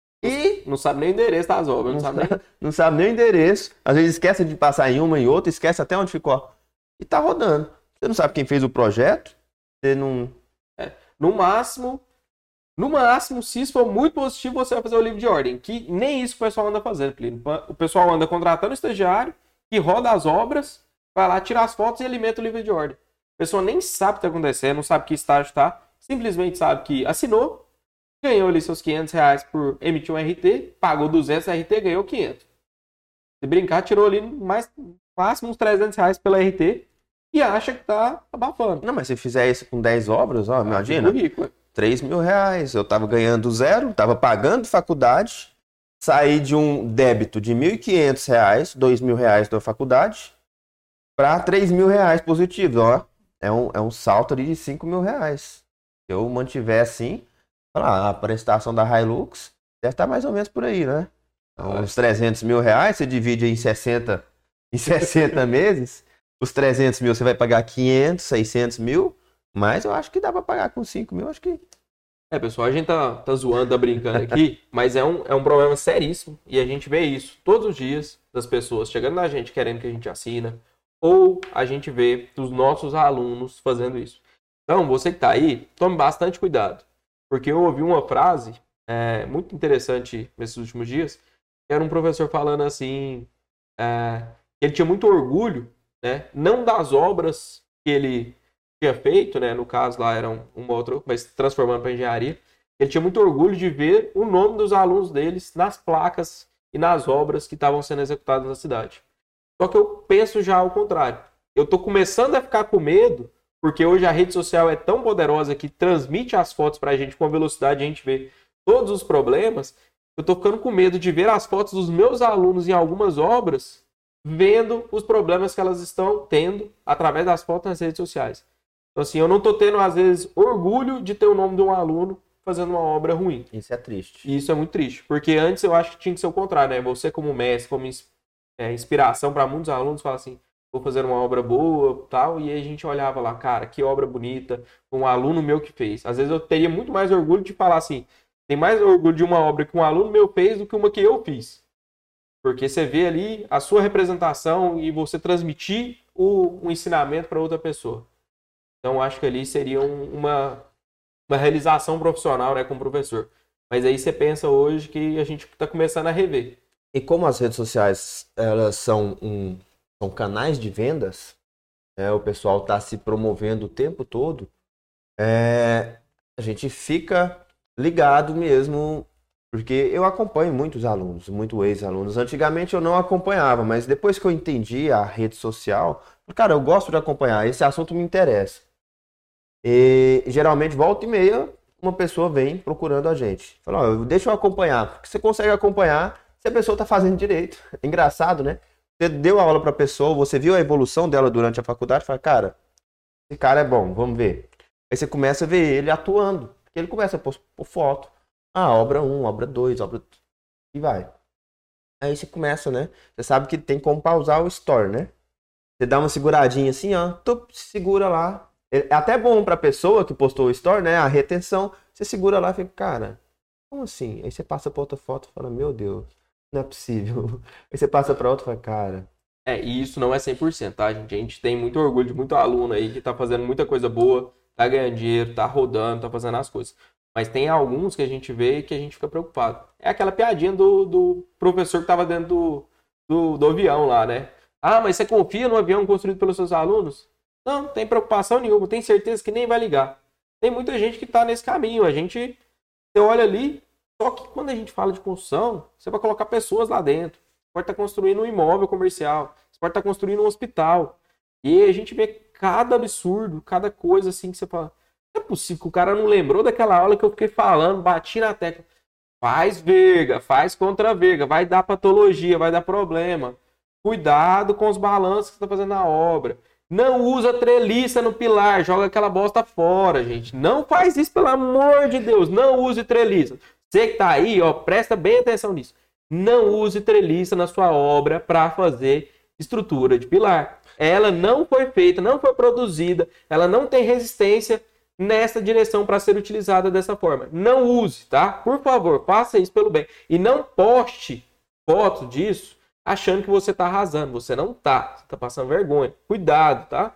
E não sabe nem o endereço das obras, não, não sabe nem... não sabe nem o endereço. Às vezes esquece de passar em uma e outra, esquece até onde ficou. E tá rodando. Você não sabe quem fez o projeto, você não... É, no máximo, no máximo, se isso for muito positivo, você vai fazer o livro de ordem, que nem isso o pessoal anda fazendo, Plínio. O pessoal anda contratando um estagiário que roda as obras, vai lá, tira as fotos e alimenta o livro de ordem. A pessoa nem sabe o que está acontecendo, não sabe que estágio está, simplesmente sabe que assinou, ganhou ali seus quinhentos reais por emitir um R T, pagou duzentos R T, ganhou quinhentos. Se brincar, tirou ali mais, máximo uns trezentos reais pela R T e acha que tá abafando. Não, mas se fizer isso com dez obras, ó, imagina, rico, três mil reais, eu tava ganhando zero, tava pagando faculdade, saí de um débito de mil e quinhentos reais, dois mil reais da faculdade, para três mil reais positivos, ó. É um, é um salto ali de cinco mil reais. Se eu mantiver assim... A prestação da Hilux deve estar mais ou menos por aí, né? Então, uns trezentos mil reais, você divide em sessenta, em sessenta meses, os trezentos mil você vai pagar quinhentos, seiscentos mil, mas eu acho que dá para pagar com cinco mil, acho que... É, pessoal, a gente tá, tá zoando, tá brincando aqui, mas é um, é um problema seríssimo e a gente vê isso todos os dias das pessoas chegando na gente querendo que a gente assina ou a gente vê dos nossos alunos fazendo isso. Então, você que tá aí, tome bastante cuidado. Porque eu ouvi uma frase é, muito interessante nesses últimos dias, que era um professor falando assim, é, que ele tinha muito orgulho, né, não das obras que ele tinha feito, né, no caso lá era uma outra, mas transformando para engenharia, ele tinha muito orgulho de ver o nome dos alunos deles nas placas e nas obras que estavam sendo executadas na cidade. Só que eu penso já ao contrário. Eu estou começando a ficar com medo, porque hoje a rede social é tão poderosa que transmite as fotos pra gente com a velocidade, a gente vê todos os problemas. Eu tô ficando com medo de ver as fotos dos meus alunos em algumas obras, vendo os problemas que elas estão tendo através das fotos nas redes sociais. Então assim, eu não tô tendo às vezes orgulho de ter o nome de um aluno fazendo uma obra ruim. Isso é triste. E isso é muito triste, porque antes eu acho que tinha que ser o contrário, né? Você como mestre, como é, inspiração para muitos alunos, fala assim, vou fazer uma obra boa tal, e aí a gente olhava lá, cara, que obra bonita, um aluno meu que fez. Às vezes eu teria muito mais orgulho de falar assim, tem mais orgulho de uma obra que um aluno meu fez do que uma que eu fiz. Porque você vê ali a sua representação e você transmitir o, o ensinamento para outra pessoa. Então, acho que ali seria um, uma, uma realização profissional, né, como professor. Mas aí você pensa hoje que a gente está começando a rever. E como as redes sociais, elas são, um, são canais de vendas, né, o pessoal está se promovendo o tempo todo, é, a gente fica ligado mesmo, porque eu acompanho muitos alunos, muitos ex-alunos. Antigamente eu não acompanhava, mas depois que eu entendi a rede social, cara, eu gosto de acompanhar, esse assunto me interessa. E geralmente, volta e meia, uma pessoa vem procurando a gente. Fala, ó, deixa eu acompanhar, porque você consegue acompanhar se a pessoa está fazendo direito. É engraçado, né? Você deu a aula para a pessoa, você viu a evolução dela durante a faculdade, fala, cara, esse cara é bom, vamos ver. Aí você começa a ver ele atuando, porque ele começa a pôr, pôr foto. Ah, obra um, obra dois, obra... E vai. Aí você começa, né? Você sabe que tem como pausar o story, né? Você dá uma seguradinha assim, ó, tu segura lá. É até bom pra pessoa que postou o story, né? A retenção. Você segura lá e fica, cara, como assim? Aí você passa pra outra foto e fala, meu Deus, não é possível. Aí você passa pra outra e fala, cara... É, e isso não é cem por cento, tá, gente? A gente tem muito orgulho de muito aluno aí que tá fazendo muita coisa boa, tá ganhando dinheiro, tá rodando, tá fazendo as coisas. Mas tem alguns que a gente vê que a gente fica preocupado. É aquela piadinha do, do professor que tava dentro do, do, do avião lá, né? Ah, mas você confia no avião construído pelos seus alunos? Não, não tem preocupação nenhuma, tem certeza que nem vai ligar. Tem muita gente que tá nesse caminho. A gente, você olha ali, só que quando a gente fala de construção, você vai colocar pessoas lá dentro. Você pode estar construindo um imóvel comercial, você pode estar construindo um hospital. E a gente vê cada absurdo, cada coisa assim que você fala, não é possível que o cara não lembrou daquela aula que eu fiquei falando, bati na tecla. Faz verga, faz contra verga, vai dar patologia, vai dar problema. Cuidado com os balanços que você está fazendo na obra. Não usa treliça no pilar, joga aquela bosta fora, gente. Não faz isso, pelo amor de Deus. Não use treliça. Você que tá aí, ó, presta bem atenção nisso. Não use treliça na sua obra para fazer estrutura de pilar. Ela não foi feita, não foi produzida, ela não tem resistência nessa direção para ser utilizada dessa forma. Não use, tá? Por favor, faça isso pelo bem. E não poste foto disso achando que você tá arrasando. Você não tá. Você tá passando vergonha. Cuidado, tá?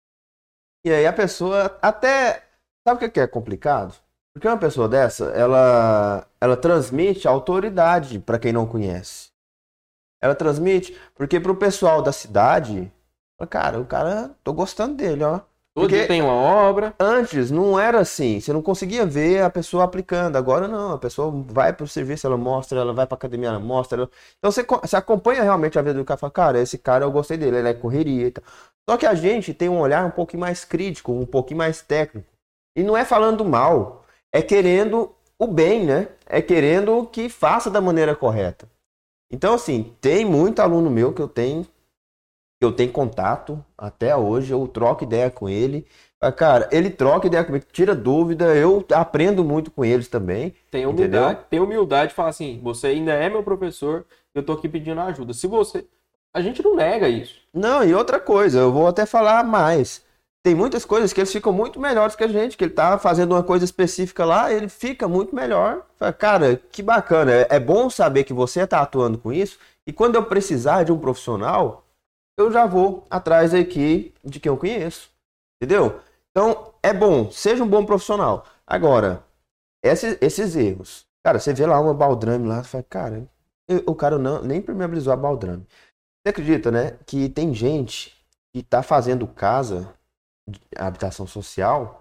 E aí a pessoa até... Sabe o que é complicado? Porque uma pessoa dessa, ela, ela transmite autoridade para quem não conhece. Ela transmite, porque pro pessoal da cidade, cara, o cara, tô gostando dele, ó. Todo dia tem uma obra. Antes não era assim, você não conseguia ver a pessoa aplicando. Agora não, a pessoa vai pro serviço, ela mostra, ela vai pra academia, ela mostra. Ela... Então você, você acompanha realmente a vida do cara e fala, cara, esse cara eu gostei dele, ele é correria e tal. Só que a gente tem um olhar um pouquinho mais crítico, um pouquinho mais técnico. E não é falando mal, é querendo o bem, né? É querendo que faça da maneira correta. Então assim, tem muito aluno meu que eu tenho eu tenho contato até hoje, eu troco ideia com ele. Cara, ele troca ideia comigo, tira dúvida, eu aprendo muito com eles também. Tem humildade, entendeu? Tem humildade de falar assim, você ainda é meu professor, eu tô aqui pedindo ajuda. Se você... A gente não nega isso. Não, e outra coisa, eu vou até falar mais. Tem muitas coisas que eles ficam muito melhores que a gente, que ele tá fazendo uma coisa específica lá, ele fica muito melhor. Cara, que bacana, é bom saber que você tá atuando com isso, e quando eu precisar de um profissional... eu já vou atrás aqui de quem eu conheço, entendeu? Então, é bom, seja um bom profissional. Agora, esses, esses erros, cara, você vê lá uma baldrame lá, você fala, cara, eu, o cara não, nem permeabilizou a baldrame. Você acredita, né, que tem gente que tá fazendo casa, habitação social,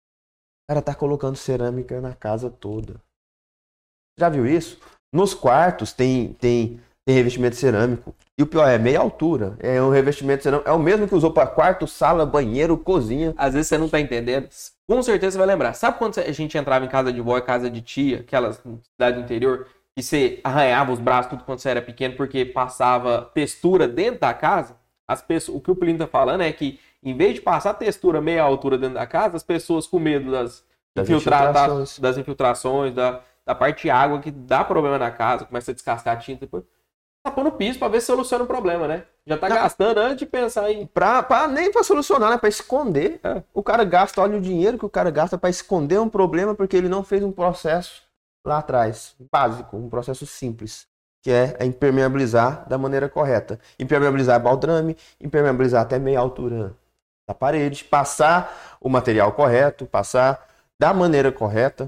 o cara tá colocando cerâmica na casa toda. Já viu isso? Nos quartos tem... tem Tem revestimento cerâmico. E o pior é meia altura. É um revestimento cerâmico. É o mesmo que usou para quarto, sala, banheiro, cozinha. Às vezes você não tá entendendo. Com certeza você vai lembrar. Sabe quando a gente entrava em casa de vó, casa de tia, aquelas cidade do interior, e você arranhava os braços tudo quando você era pequeno porque passava textura dentro da casa? As pessoas, o que o Plínio tá falando é que em vez de passar textura meia altura dentro da casa, as pessoas com medo das, das infiltra infiltrações, das, das infiltrações da, da parte de água que dá problema na casa, começa a descascar a tinta depois. Tá pondo piso pra ver se soluciona o problema, né? Já tá não. gastando antes de pensar em... Pra, pra, nem pra solucionar, né? Pra esconder. É. O cara gasta, olha o dinheiro que o cara gasta pra esconder um problema porque ele não fez um processo lá atrás, básico, um processo simples, que é, é impermeabilizar da maneira correta. Impermeabilizar baldrame, impermeabilizar até meia altura da parede, passar o material correto, passar da maneira correta.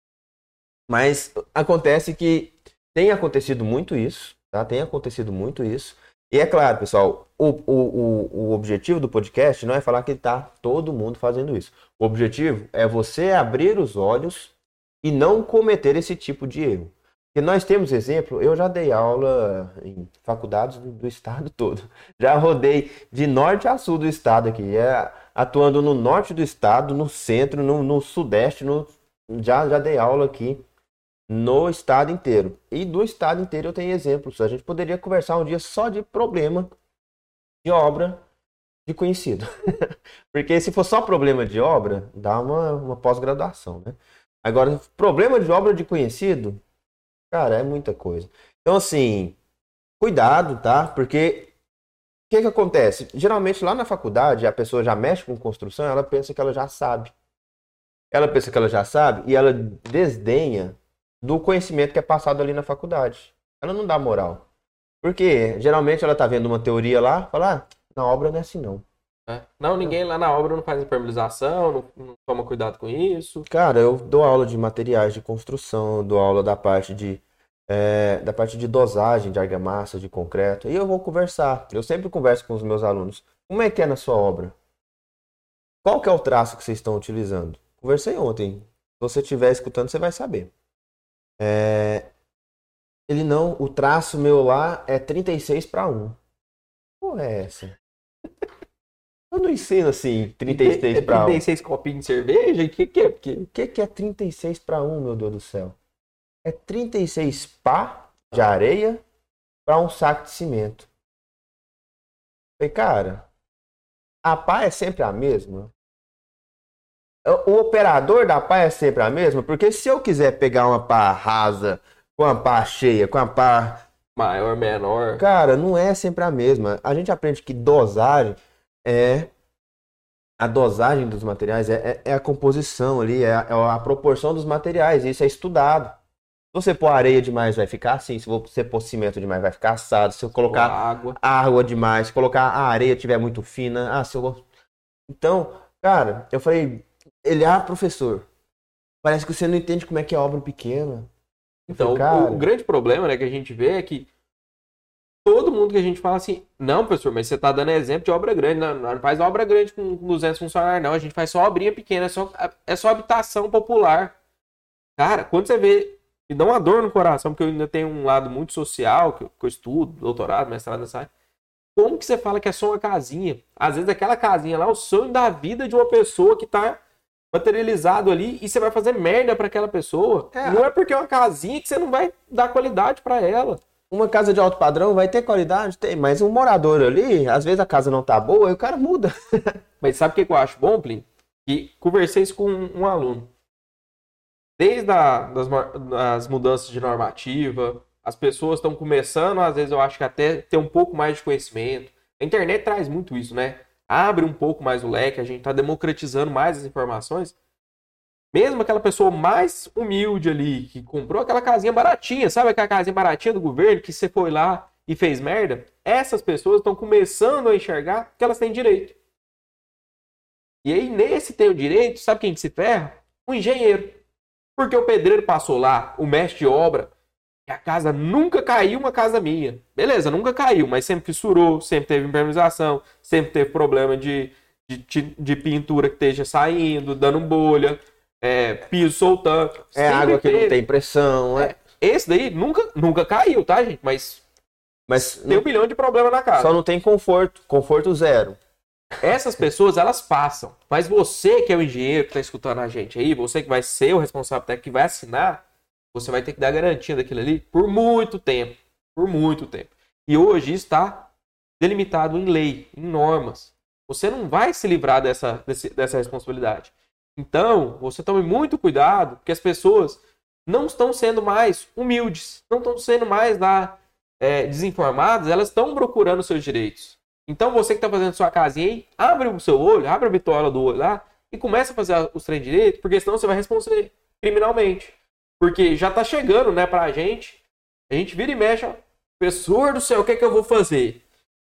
Mas acontece que tem acontecido muito isso, tá? Tem acontecido muito isso. E é claro, pessoal, o, o, o, o objetivo do podcast não é falar que tá todo mundo fazendo isso. O objetivo é você abrir os olhos e não cometer esse tipo de erro. Porque nós temos exemplo, eu já dei aula em faculdades do, do estado todo. Já rodei de norte a sul do estado aqui, é, atuando no norte do estado, no centro, no, no sudeste, no, já, já dei aula aqui no estado inteiro. E do estado inteiro eu tenho exemplos. A gente poderia conversar um dia só de problema de obra de conhecido. Porque se for só problema de obra, dá uma, uma pós-graduação, né? Agora, problema de obra de conhecido, cara, é muita coisa. Então, assim, cuidado, tá? Porque o que que acontece? Geralmente lá na faculdade, a pessoa já mexe com construção, ela pensa que ela já sabe. Ela pensa que ela já sabe e ela desdenha do conhecimento que é passado ali na faculdade. Ela não dá moral. Porque geralmente ela tá vendo uma teoria lá, fala, ah, na obra não é assim não. É. Não, ninguém lá na obra não faz impermeabilização, não, não toma cuidado com isso. Cara, eu dou aula de materiais de construção, dou aula da parte de, é, da parte de dosagem de argamassa, de concreto, e eu vou conversar. Eu sempre converso com os meus alunos. Como é que é na sua obra? Qual que é o traço que vocês estão utilizando? Conversei ontem. Se você estiver escutando, você vai saber. É... Ele não, o traço meu lá é trinta e seis para um. Porra, é essa? Eu não ensino assim, trinta e seis para um. trinta e seis copinhos de cerveja? O que, que é? O que, que é trinta e seis para um, meu Deus do céu? É trinta e seis pá de areia para um saco de cimento. Falei, cara, a pá é sempre a mesma? O operador da pá é sempre a mesma? Porque se eu quiser pegar uma pá rasa, com a pá cheia, com a pá maior, menor, cara, não é sempre a mesma. A gente aprende que dosagem é a dosagem dos materiais, é, é, é a composição ali, é a, é a proporção dos materiais. Isso é estudado. Se você pôr areia demais, vai ficar assim. Se você pôr cimento demais, vai ficar assado. Se eu colocar água. água demais, se colocar a areia tiver muito fina, ah, se eu... Então, cara, eu falei, ele, ah, professor, parece que você não entende como é que é obra pequena. Então, falei, o, o grande problema, né, que a gente vê é que todo mundo que a gente fala assim, não, professor, mas você tá dando exemplo de obra grande, não, não faz obra grande com duzentos funcionários, não, a gente faz só obrinha pequena, é só, é só habitação popular. Cara, quando você vê, me dá uma dor no coração, porque eu ainda tenho um lado muito social, que eu, que eu estudo, doutorado, mestrado nessa área. Como que você fala que é só uma casinha? Às vezes aquela casinha lá é o sonho da vida de uma pessoa que tá materializado ali e você vai fazer merda para aquela pessoa. É. Não é porque é uma casinha que você não vai dar qualidade para ela. Uma casa de alto padrão vai ter qualidade? Tem, mas um morador ali, às vezes a casa não tá boa e o cara muda. Mas sabe o que eu acho bom, Plínio? Que conversei isso com um, um aluno. Desde a, das, das mudanças de normativa, as pessoas estão começando, às vezes eu acho que até ter um pouco mais de conhecimento. A internet traz muito isso, né? Abre um pouco mais o leque, a gente está democratizando mais as informações. Mesmo aquela pessoa mais humilde ali, que comprou aquela casinha baratinha, sabe aquela casinha baratinha do governo, que você foi lá e fez merda? Essas pessoas estão começando a enxergar que elas têm direito. E aí, nesse ter o direito, sabe quem que se ferra? O engenheiro. Porque o pedreiro passou lá, o mestre de obra, e a casa nunca caiu, uma casa minha. Beleza, nunca caiu, mas sempre fissurou, sempre teve impermeabilização, sempre teve problema de, de, de pintura que esteja saindo, dando bolha, é, piso soltando. É água que teve. Não tem pressão. É. Esse daí nunca, nunca caiu, tá, gente? Mas, mas tem um bilhão de problema na casa. Só não tem conforto, conforto zero. Essas pessoas, elas passam. Mas você que é o engenheiro que está escutando a gente aí, você que vai ser o responsável técnico, que vai assinar, você vai ter que dar garantia daquilo ali por muito tempo. Por muito tempo. E hoje está delimitado em lei, em normas. Você não vai se livrar dessa, desse, dessa responsabilidade. Então, você tome muito cuidado, porque as pessoas não estão sendo mais humildes, não estão sendo mais lá, é, desinformadas, elas estão procurando seus direitos. Então, você que está fazendo sua casinha aí, abre o seu olho, abre a bitola do olho lá e começa a fazer os trem direito, porque senão você vai responder criminalmente. Porque já está chegando, né, pra gente, a gente vira e mexe, ó, professor do céu, o que é que eu vou fazer?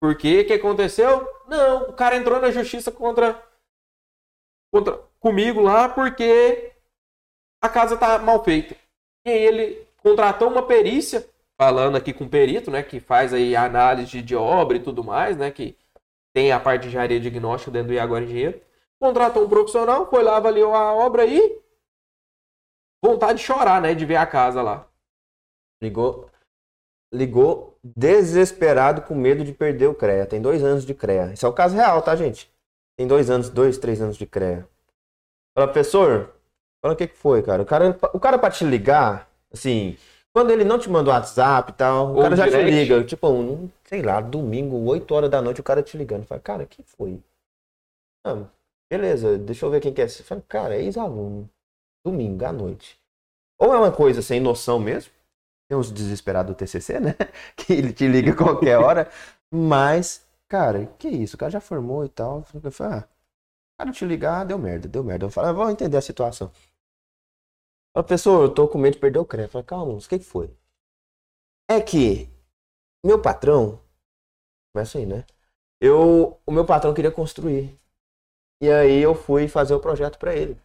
Por quê? O que aconteceu? Não, o cara entrou na justiça contra, contra comigo lá porque a casa tá mal feita. E aí ele contratou uma perícia, falando aqui com o perito, né, que faz aí a análise de obra e tudo mais, né, que tem a parte de engenharia diagnóstica dentro do Iaguara Engenheiro. Contratou um profissional, foi lá, avaliou a obra e vontade de chorar, né, de ver a casa lá. Ligou, ligou desesperado com medo de perder o CREA. Tem dois anos de CREA. Isso é o caso real, tá, gente? Tem dois anos, dois, três anos de CREA. Fala, professor, fala o que que foi, cara? O cara, o cara pra te ligar, assim, quando ele não te manda o WhatsApp e tal, o Ou cara já direct. te liga. Tipo, um, sei lá, domingo, oito horas da noite, o cara te ligando. Fala, cara, o que foi? Ah, beleza, deixa eu ver quem que é. Você fala, cara, é ex-aluno. Domingo à noite. Ou é uma coisa sem noção mesmo. Tem uns desesperados do T C C, né? Que ele te liga a qualquer hora. Mas, cara, que isso? O cara já formou e tal. Eu falei, ah, o cara te ligar, deu merda, deu merda. Eu falei, ah, vamos entender a situação. Fala, professor, eu tô com medo de perder o CREA. Eu falei, calma, o que que foi? É que meu patrão, começa aí, né? Eu, o meu patrão queria construir. E aí eu fui fazer o projeto para ele.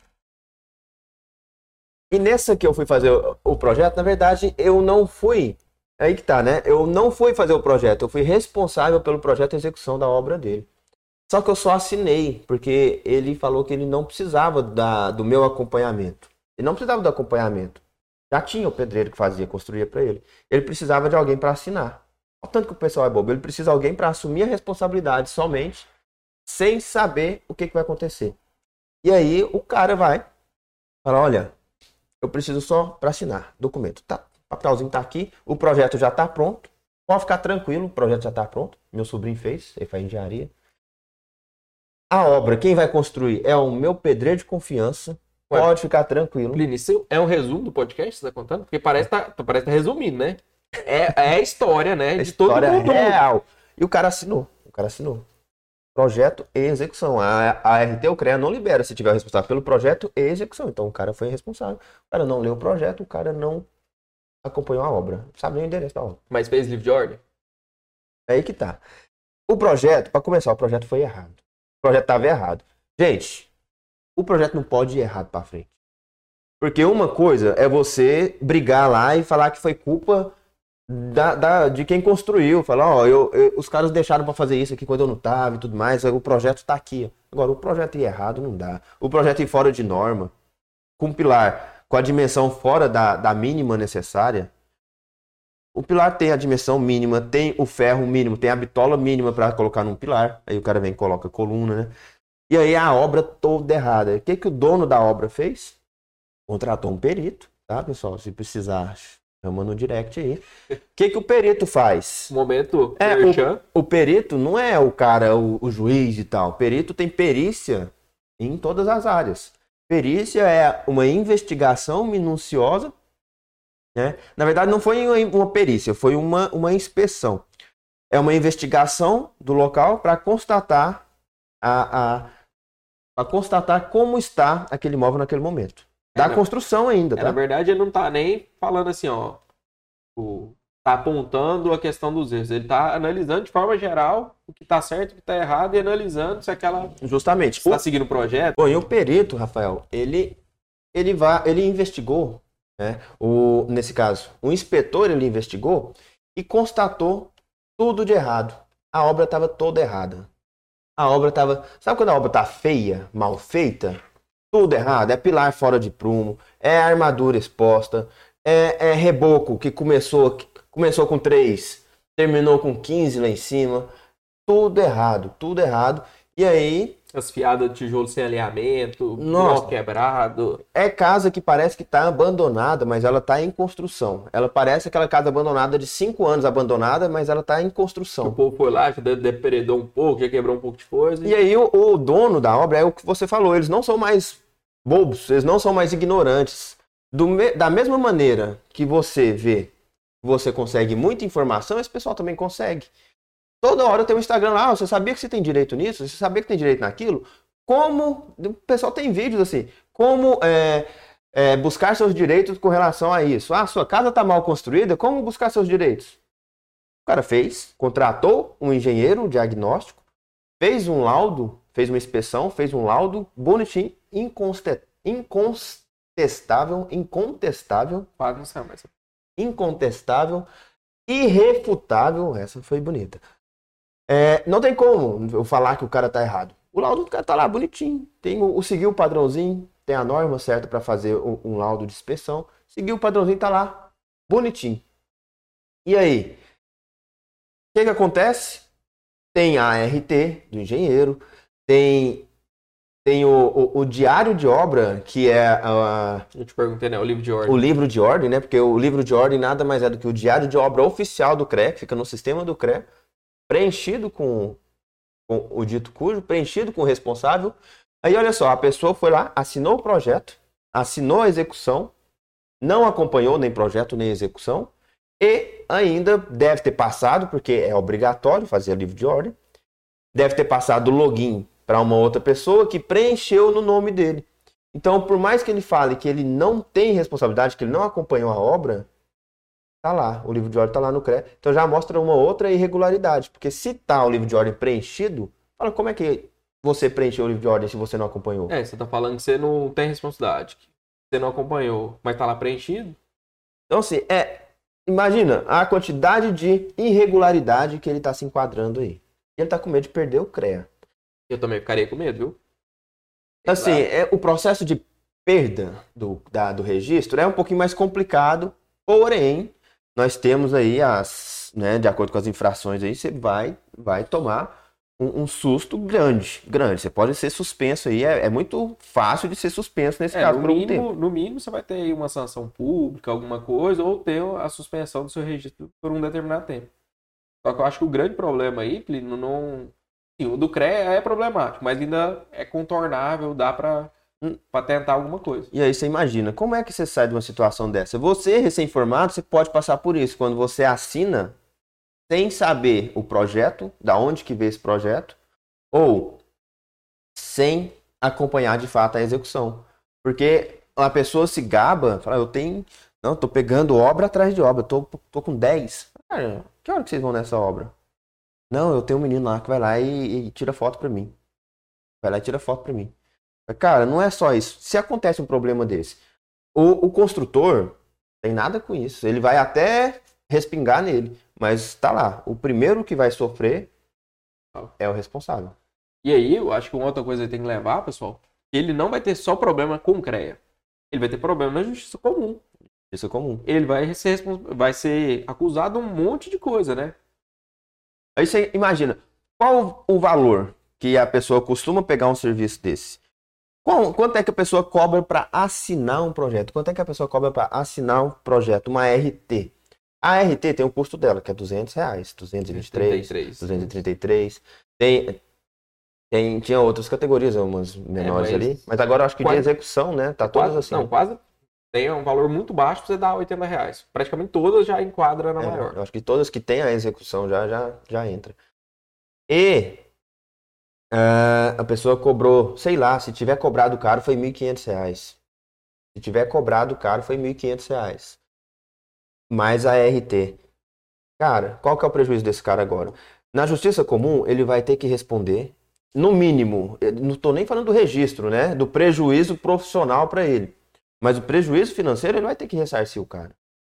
E nessa que eu fui fazer o, o projeto, na verdade, eu não fui... Aí que tá, né? Eu não fui fazer o projeto, eu fui responsável pelo projeto e execução da obra dele. Só que eu só assinei, porque ele falou que ele não precisava da, do meu acompanhamento. Ele não precisava do acompanhamento. Já tinha o pedreiro que fazia, construía para ele. Ele precisava de alguém para assinar. Olha o tanto que o pessoal é bobo. Ele precisa de alguém para assumir a responsabilidade somente, sem saber o que, que vai acontecer. E aí o cara vai falar, olha, eu preciso só para assinar documento. Tá, o papelzinho tá aqui, o projeto já tá pronto. Pode ficar tranquilo, o projeto já tá pronto. Meu sobrinho fez, ele faz engenharia. A obra, quem vai construir é o meu pedreiro de confiança. Ué, pode ficar tranquilo. Plínio, isso é um resumo do podcast que você tá contando? Porque parece que tá, parece que tá resumindo, né? É, é a história, né? A de todo história mundo. real. E o cara assinou. O cara assinou. Projeto e execução. A, a R T, o CREA não libera se tiver responsável pelo projeto e execução. Então o cara foi responsável. O cara não leu o projeto, o cara não acompanhou a obra. Não sabe nem o endereço da obra. Mas fez livro de ordem? É aí que tá. O projeto, para começar, o projeto foi errado. O projeto estava errado. Gente, o projeto não pode ir errado para frente. Porque uma coisa é você brigar lá e falar que foi culpa da, da, de quem construiu. Falar, ó, eu, eu, os caras deixaram para fazer isso aqui quando eu não tava e tudo mais. O projeto tá aqui. Agora, o projeto ir errado não dá. O projeto ir fora de norma, com pilar, com a dimensão fora da, da mínima necessária. O pilar tem a dimensão mínima, tem o ferro mínimo, tem a bitola mínima para colocar num pilar. Aí o cara vem e coloca a coluna, né? E aí a obra toda errada. O que, que o dono da obra fez? Contratou um perito, tá, pessoal? Se precisar, chama no direct aí. O que, que o perito faz? Momento, é, o, o perito não é o cara, o, o juiz e tal. O perito tem perícia em todas as áreas. Perícia é uma investigação minuciosa. Né? Na verdade, não foi uma perícia, foi uma, uma inspeção. É uma investigação do local para constatar a, a, a constatar como está aquele imóvel naquele momento. Da é, construção ainda, tá? É, na verdade, ele não tá nem falando assim, ó. O, tá apontando a questão dos erros. Ele tá analisando de forma geral o que tá certo, o que tá errado e analisando se aquela... Justamente. Se tá seguindo o projeto. Bom, e o perito, Rafael, ele, ele, vai, ele investigou, né? O, nesse caso, o inspetor, ele investigou e constatou tudo de errado. A obra estava toda errada. A obra estava... Sabe quando a obra tá feia, mal feita? Tudo errado, é pilar fora de prumo, é armadura exposta, é, é reboco que começou, começou com três, terminou com quinze lá em cima, tudo errado, tudo errado. E aí... As fiadas de tijolo sem alinhamento, nó quebrado. É casa que parece que está abandonada, mas ela está em construção. Ela parece aquela casa abandonada de cinco anos abandonada, mas ela está em construção. O povo foi lá, já depredou um pouco, já quebrou um pouco de coisa. E aí o, o dono da obra é o que você falou, eles não são mais bobos, eles não são mais ignorantes. Do me, da mesma maneira que você vê, você consegue muita informação, esse pessoal também consegue. Toda hora tem um Instagram lá, ah, você sabia que você tem direito nisso? Você sabia que tem direito naquilo? Como, o pessoal tem vídeos assim, como é, é, buscar seus direitos com relação a isso. Ah, sua casa está mal construída, como buscar seus direitos? cara fez, contratou um engenheiro um diagnóstico, fez um laudo, fez uma inspeção, fez um laudo bonitinho, inconste- incontestável, incontestável, Quase não sei, mas... incontestável, irrefutável, essa foi bonita. É, não tem como eu falar que o cara tá errado. O laudo do cara tá lá bonitinho, tem o, o seguiu o padrãozinho, tem a norma certa para fazer um, um laudo de inspeção, seguiu o padrãozinho, tá lá bonitinho. E aí? O que que acontece? Tem a R T do engenheiro, tem, tem o, o, o diário de obra, que é a, Eu te perguntei, né? O livro de ordem. o livro de ordem, né? Porque o livro de ordem nada mais é do que o diário de obra oficial do C R E A, que fica no sistema do C R E A, preenchido com, com o dito cujo, preenchido com o responsável. Aí olha só, a pessoa foi lá, assinou o projeto, assinou a execução, não acompanhou nem projeto nem execução, e ainda deve ter passado, porque é obrigatório fazer livro de ordem, deve ter passado o login para uma outra pessoa que preencheu no nome dele. Então, por mais que ele fale que ele não tem responsabilidade, que ele não acompanhou a obra, tá lá, o livro de ordem tá lá no C R E A. Então já mostra uma outra irregularidade, porque se tá o livro de ordem preenchido, fala como é que você preencheu o livro de ordem se você não acompanhou? É, você tá falando que você não tem responsabilidade, que você não acompanhou, mas tá lá preenchido. Então, assim, é, imagina a quantidade de irregularidade que ele tá se enquadrando aí. Ele tá com medo de perder o C R E A. Eu também ficaria com medo, viu? Assim, Exato. é, o processo de perda do, da, do registro é um pouquinho mais complicado, porém, nós temos aí as, né, de acordo com as infrações aí, você vai, vai tomar um, um susto grande, grande. Você pode ser suspenso aí, é, é muito fácil de ser suspenso nesse É, caso no por algum mínimo, tempo. no mínimo você vai ter aí uma sanção pública, alguma coisa, ou ter a suspensão do seu registro por um determinado tempo. Só que eu acho que o grande problema aí, Plínio, não... Sim, o do C R E A é problemático, mas ainda é contornável, dá pra, pra tentar alguma coisa. E aí você imagina, como é que você sai de uma situação dessa? Você, recém-formado, você pode passar por isso. Quando você assina sem saber o projeto, da onde que veio esse projeto, ou sem acompanhar de fato a execução. Porque a pessoa se gaba, fala, eu tenho, não, tô pegando obra atrás de obra, tô, tô com dez. Cara, que hora que vocês vão nessa obra? Não, eu tenho um menino lá que vai lá e, e tira foto pra mim. Vai lá e tira foto pra mim. Cara, não é só isso. Se acontece um problema desse, o, o construtor tem nada com isso. Ele vai até respingar nele, mas tá lá. O primeiro que vai sofrer é o responsável. E aí, eu acho que uma outra coisa que tem que levar, pessoal, ele não vai ter só problema com o C R E A. Ele vai ter problema na justiça comum. Isso é comum. Ele vai ser, respons- vai ser acusado de um monte de coisa, né? Aí você imagina, qual o valor que a pessoa costuma pegar um serviço desse? Qual, quanto é que a pessoa cobra para assinar um projeto? Quanto é que a pessoa cobra para assinar um projeto, uma R T? A R T tem o custo dela, que é duzentos reais, duzentos e vinte e três, duzentos e trinta e três. Tem, tem, tinha outras categorias, umas menores É, mas ali. Mas agora eu acho que quase- de execução, né? Tá todas Quase, assim. não, quase tem um valor muito baixo pra você dar oitenta reais. Praticamente todas já enquadram na É, maior. eu acho que todas que tem a execução já, já, já entra. E ah, a pessoa cobrou, sei lá, se tiver cobrado caro foi mil e quinhentos reais. Se tiver cobrado caro foi mil e quinhentos reais. Mais a R T. Cara, qual que é o prejuízo desse cara agora? Na justiça comum, ele vai ter que responder, no mínimo, eu não estou nem falando do registro, né? Do prejuízo profissional para ele. Mas o prejuízo financeiro ele vai ter que ressarcir o cara.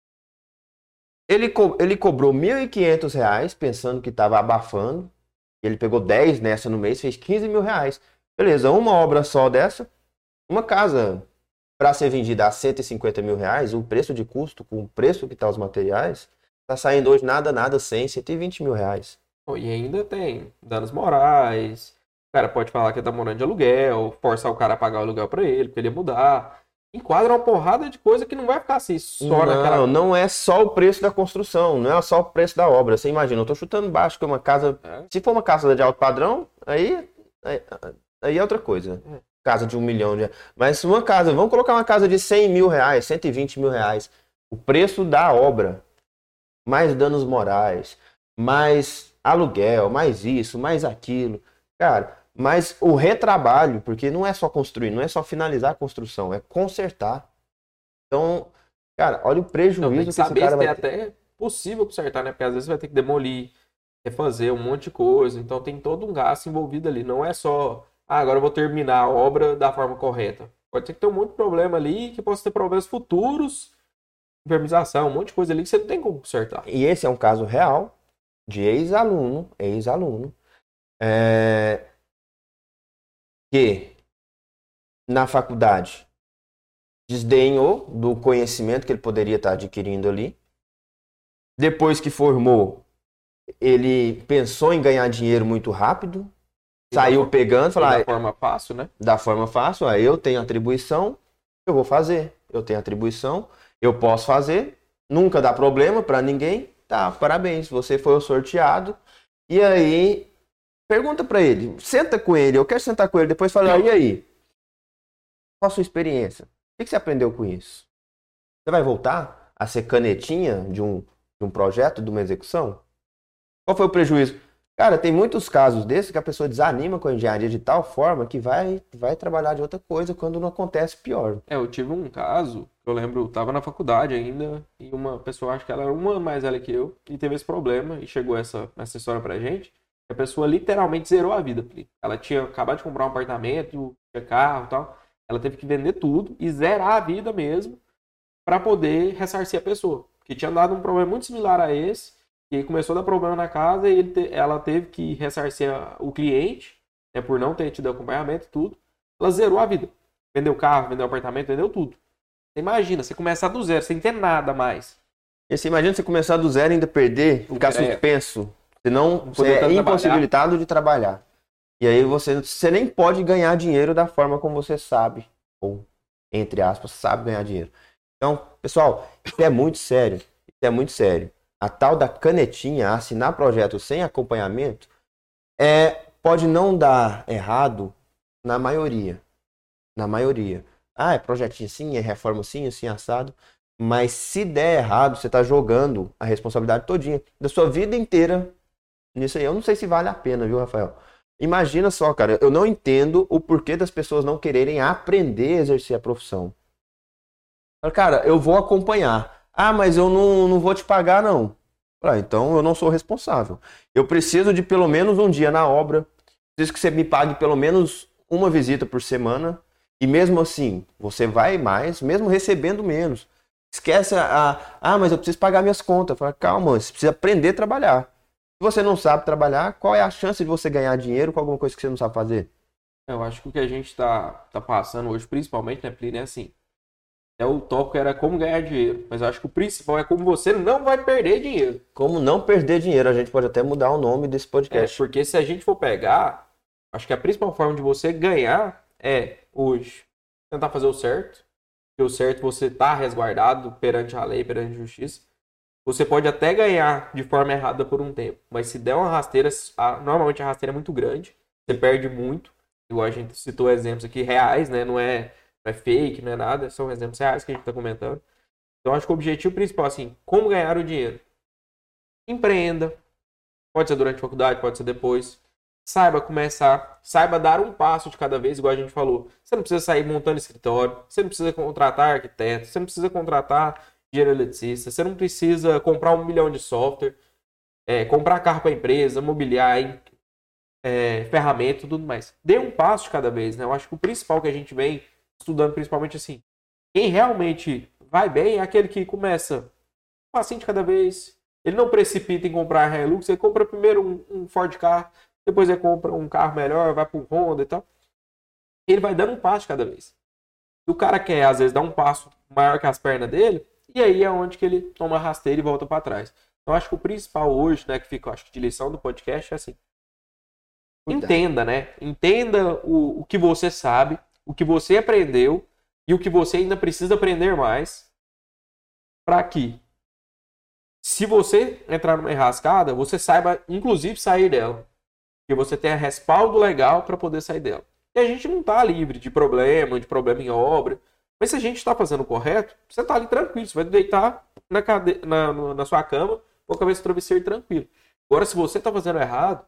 Ele, co- ele cobrou mil e quinhentos reais pensando que estava abafando. Ele pegou dez nessa no mês, fez quinze mil reais. Beleza, uma obra só dessa, uma casa para ser vendida a cento e cinquenta mil reais, o preço de custo, com o preço que tá os materiais, tá saindo hoje nada, nada, cem, cento e vinte mil reais. Bom, e ainda tem danos morais. O cara pode falar que tá morando de aluguel, forçar o cara a pagar o aluguel pra ele, porque ele ia mudar. Enquadra uma porrada de coisa que não vai ficar assim, só Não, naquela. não é só o preço da construção, não é só o preço da obra. Você imagina, eu tô chutando baixo que uma casa. É. Se for uma casa de alto padrão, aí, aí, aí é outra coisa. É. Casa de um milhão de. Mas se uma casa, vamos colocar uma casa de cem mil reais, cento e vinte mil reais. O preço da obra, mais danos morais, mais aluguel, mais isso, mais aquilo. Cara, mas o retrabalho, porque não é só construir, não é só finalizar a construção, é consertar. Então, cara, olha o Não, tem prejuízo que que esse saber cara se tem vai ter. até possível consertar, né? Porque às vezes vai ter que demolir, refazer um monte de coisa. Então tem todo um gasto envolvido ali. Não é só, ah, agora eu vou terminar a obra da forma correta. Pode ter que ter um monte de problema ali, que possa ter problemas futuros, impermeabilização, um monte de coisa ali que você não tem como consertar. E esse é um caso real de ex-aluno, ex-aluno, é, que na faculdade desdenhou do conhecimento que ele poderia estar adquirindo ali. Depois que formou, ele pensou em ganhar dinheiro muito rápido, e saiu da pegando, falou, da forma fácil, né? Da forma fácil, ah, eu tenho atribuição, eu vou fazer. Eu tenho atribuição, eu posso fazer, nunca dá problema para ninguém. Tá, parabéns, você foi o sorteado. E aí, pergunta para ele, senta com ele, eu quero sentar com ele, depois fala, e aí? Qual a sua experiência? O que você aprendeu com isso? Você vai voltar a ser canetinha de um, de um projeto, de uma execução? Qual foi o prejuízo? Cara, tem muitos casos desses que a pessoa desanima com a engenharia de tal forma que vai, vai trabalhar de outra coisa quando não acontece pior. É, eu tive um caso, eu lembro, eu tava na faculdade ainda, e uma pessoa, acho que ela era uma mais velha que eu, e teve esse problema, e chegou essa, essa história pra gente, a pessoa literalmente zerou a vida. Ela tinha acabado de comprar um apartamento, tinha carro e tal, ela teve que vender tudo e zerar a vida mesmo para poder ressarcir a pessoa. Porque tinha dado um problema muito similar a esse, e começou a dar problema na casa e ele te, ela teve que ressarcir o cliente, né, por não ter tido acompanhamento e tudo. Ela zerou a vida. Vendeu carro, vendeu apartamento, vendeu tudo. Você imagina, você começar do zero, sem ter nada mais. E você imagina você começar do zero e ainda perder, O ficar que é. suspenso. Senão você Poder é tanto impossibilitado de trabalhar. E aí você, você nem pode ganhar dinheiro da forma como você sabe. Ou, entre aspas, sabe ganhar dinheiro. Então, pessoal, isso é muito sério. Isso é muito sério. A tal da canetinha, assinar projeto sem acompanhamento, é, pode não dar errado na maioria. Na maioria. Ah, é projetinho sim, é reforma sim, assim, assado. Mas se der errado, você está jogando a responsabilidade todinha da sua vida inteira nisso aí. Eu não sei se vale a pena, viu, Rafael? Imagina só, cara, eu não entendo o porquê das pessoas não quererem aprender a exercer a profissão. Cara, eu vou acompanhar. Ah, mas eu não, não vou te pagar, não. Ah, então eu não sou responsável. Eu preciso de pelo menos um dia na obra. Preciso que você me pague pelo menos uma visita por semana. E mesmo assim, você vai mais, mesmo recebendo menos. Esquece a... a ah, mas eu preciso pagar minhas contas. Fala, calma, você precisa aprender a trabalhar. Se você não sabe trabalhar, qual é a chance de você ganhar dinheiro com alguma coisa que você não sabe fazer? Eu acho que o que a gente está tá passando hoje, principalmente, né, Plínio, é assim. É, o tópico era como ganhar dinheiro, mas eu acho que o principal é como você não vai perder dinheiro. Como não perder dinheiro, a gente pode até mudar o nome desse podcast. É, porque se a gente for pegar, acho que a principal forma de você ganhar é, hoje, tentar fazer o certo, porque o certo você tá resguardado perante a lei, perante a justiça. Você pode até ganhar de forma errada por um tempo, mas se der uma rasteira, normalmente a rasteira é muito grande, você perde muito, igual a gente citou exemplos aqui reais, né, não é... Não é fake, não é nada, são exemplos reais que a gente está comentando. Então, acho que o objetivo principal, assim, como ganhar o dinheiro? Empreenda. Pode ser durante a faculdade, pode ser depois. Saiba começar, saiba dar um passo de cada vez, igual a gente falou. Você não precisa sair montando escritório, você não precisa contratar arquiteto, você não precisa contratar engenheiro eletricista, você não precisa comprar um milhão de software, é, comprar carro para a empresa, mobiliar, é, ferramenta e tudo mais. Dê um passo de cada vez, né? Eu acho que o principal que a gente vem estudando principalmente assim, quem realmente vai bem é aquele que começa um passinho de cada vez, ele não precipita em comprar a Hilux, ele compra primeiro um, um Ford Car, depois ele compra um carro melhor, vai para um Honda e tal, ele vai dando um passo de cada vez. O cara quer às vezes dar um passo maior que as pernas dele, e aí é onde que ele toma rasteira e volta para trás. Então acho que o principal hoje, né, que fica, acho que de lição do podcast é assim, entenda, né, entenda o, o que você sabe, o que você aprendeu e o que você ainda precisa aprender mais, para que, se você entrar numa enrascada, você saiba, inclusive, sair dela. Que você tenha respaldo legal para poder sair dela. E a gente não está livre de problema, de problema em obra, mas se a gente está fazendo o correto, você está ali tranquilo, você vai deitar na, cade... na, na sua cama com a cabeça do travesseiro tranquilo. Agora, se você está fazendo errado,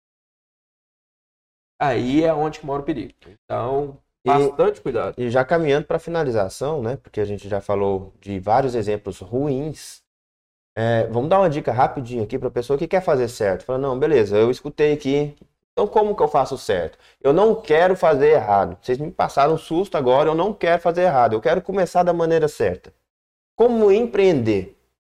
aí é onde que mora o perigo. Então... Bastante e, cuidado. E já caminhando para a finalização, né? Porque a gente já falou de vários exemplos ruins É, vamos dar uma dica rapidinho aqui para a pessoa que quer fazer certo. Fala, não, beleza, eu escutei aqui. Então como que eu faço certo? Eu não quero fazer errado. Vocês me passaram um susto agora, eu não quero fazer errado. Eu quero começar da maneira certa. Como empreender?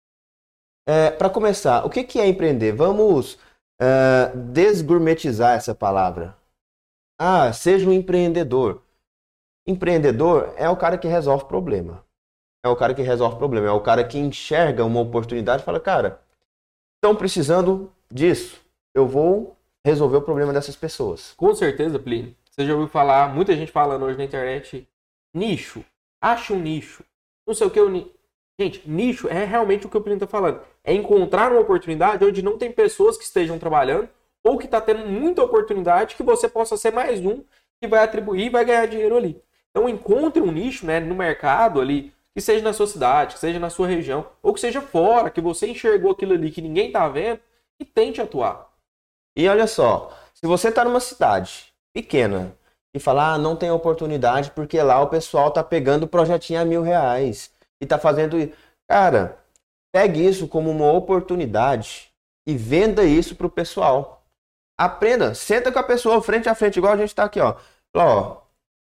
É, para começar, o que, que é empreender? Vamos é, desgourmetizar essa palavra. Ah, seja um empreendedor. Empreendedor é o cara que resolve problema. É o cara que resolve problema. É o cara que enxerga uma oportunidade e fala, cara, estão precisando disso. Eu vou resolver o problema dessas pessoas. Com certeza, Plínio. Você já ouviu falar, muita gente falando hoje na internet, nicho. Acha um nicho. Não sei o que. Ni... Gente, nicho é realmente o que o Plínio está falando. É encontrar uma oportunidade onde não tem pessoas que estejam trabalhando ou que está tendo muita oportunidade que você possa ser mais um que vai atribuir e vai ganhar dinheiro ali. Então encontre um nicho, né, no mercado ali, que seja na sua cidade, que seja na sua região, ou que seja fora, que você enxergou aquilo ali que ninguém está vendo e tente atuar. E olha só, se você está numa cidade pequena e falar, ah, não tem oportunidade porque lá o pessoal tá pegando o projetinho a mil reais e tá fazendo isso. Cara, pegue isso como uma oportunidade e venda isso pro pessoal. Aprenda, senta com a pessoa frente a frente, igual a gente tá aqui, ó. Ó,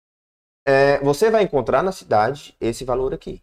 é, você vai encontrar na cidade esse valor aqui.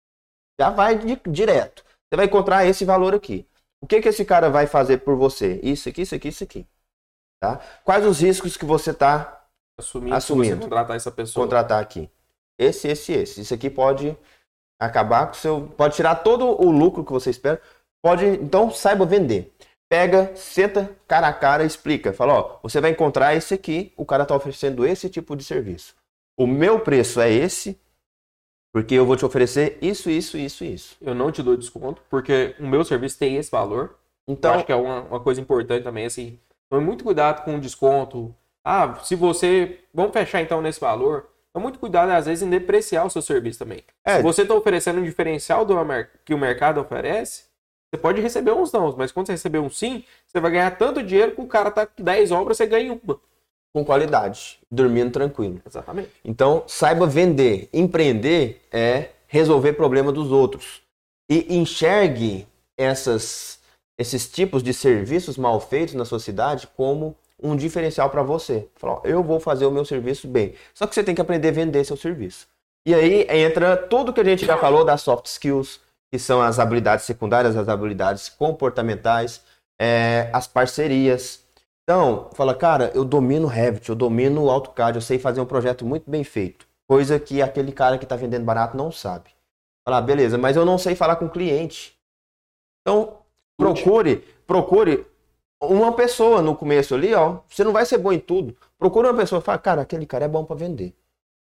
Já vai de, direto. Você vai encontrar esse valor aqui. O que que esse cara vai fazer por você? Isso aqui, isso aqui, isso aqui. Tá? Quais os riscos que você está assumindo, assumindo? Você contratar essa pessoa. Contratar aqui. Esse, esse, esse. Isso aqui pode acabar com o seu... Pode tirar todo o lucro que você espera. Pode, então, saiba vender. Pega, senta cara a cara e explica. Fala, ó, você vai encontrar esse aqui, o cara está oferecendo esse tipo de serviço. O meu preço é esse, porque eu vou te oferecer isso, isso, isso, isso. Eu não te dou desconto, porque o meu serviço tem esse valor. Então, eu acho que é uma, uma coisa importante também, assim, tome muito cuidado com o desconto. Ah, se você... Vamos fechar então nesse valor. Tome muito cuidado, às vezes, em depreciar o seu serviço também. É. Se você está oferecendo um diferencial do que o mercado oferece, você pode receber uns não, mas quando você receber um sim, você vai ganhar tanto dinheiro que o cara tá com dez obras, você ganha uma. Com qualidade, dormindo tranquilo. Exatamente. Então, saiba vender. Empreender é resolver problema dos outros. E enxergue essas, esses tipos de serviços mal feitos na sua cidade como um diferencial para você. Fala, ó, eu vou fazer o meu serviço bem. Só que você tem que aprender a vender seu serviço. E aí entra tudo que a gente já falou das soft skills, que são as habilidades secundárias, as habilidades comportamentais, é, as parcerias. Então, fala, cara, eu domino o Revit, eu domino o AutoCAD, eu sei fazer um projeto muito bem feito. Coisa que aquele cara que está vendendo barato não sabe. Fala, beleza, mas eu não sei falar com o cliente. Então, procure, procure uma pessoa no começo ali, ó. Você não vai ser bom em tudo. Procure uma pessoa e fala, cara, aquele cara é bom para vender.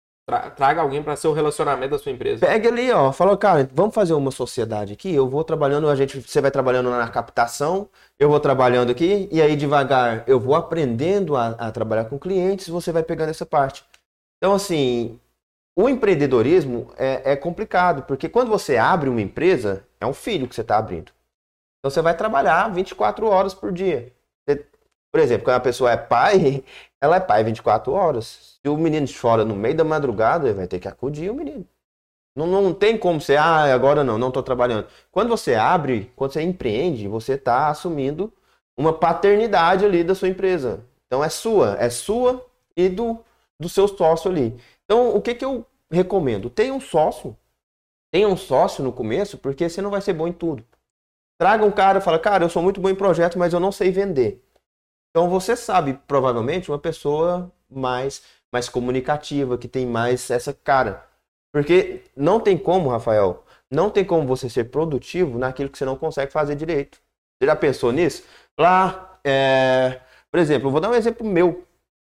Traga alguém para ser o relacionamento da sua empresa. Pega ali, ó, fala, cara, vamos fazer uma sociedade aqui, eu vou trabalhando, a gente, você vai trabalhando na captação, eu vou trabalhando aqui, e aí devagar eu vou aprendendo a, a trabalhar com clientes, você vai pegando essa parte. Então, assim, o empreendedorismo é, é complicado, porque quando você abre uma empresa, é um filho que você está abrindo. Então, você vai trabalhar vinte e quatro horas por dia. Você, por exemplo, quando a pessoa é pai, ela é pai vinte e quatro horas. Se o menino chora no meio da madrugada, ele vai ter que acudir o menino. Não, não tem como você, ah, agora não, não estou trabalhando. Quando você abre, quando você empreende, você está assumindo uma paternidade ali da sua empresa. Então é sua, é sua e do, do seu sócio ali. Então o que, que eu recomendo? Tenha um sócio. Tenha um sócio no começo, porque você não vai ser bom em tudo. Traga um cara e fala, cara, eu sou muito bom em projeto, mas eu não sei vender. Então você sabe, provavelmente, uma pessoa mais, mais comunicativa, que tem mais essa cara. Porque não tem como, Rafael, não tem como você ser produtivo naquilo que você não consegue fazer direito. Você já pensou nisso? Lá, é... por exemplo, eu vou dar um exemplo meu.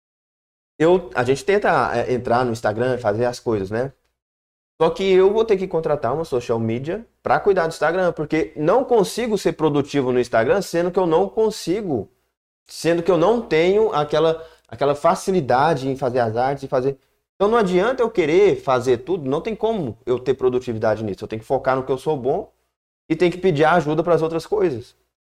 Eu, a gente tenta é, entrar no Instagram e fazer as coisas, né? Só que eu vou ter que contratar uma social media para cuidar do Instagram, porque não consigo ser produtivo no Instagram, sendo que eu não consigo, sendo que eu não tenho aquela, aquela facilidade em fazer as artes e fazer. Então não adianta eu querer fazer tudo, não tem como eu ter produtividade nisso. Eu tenho que focar no que eu sou bom e tenho que pedir ajuda para as outras coisas.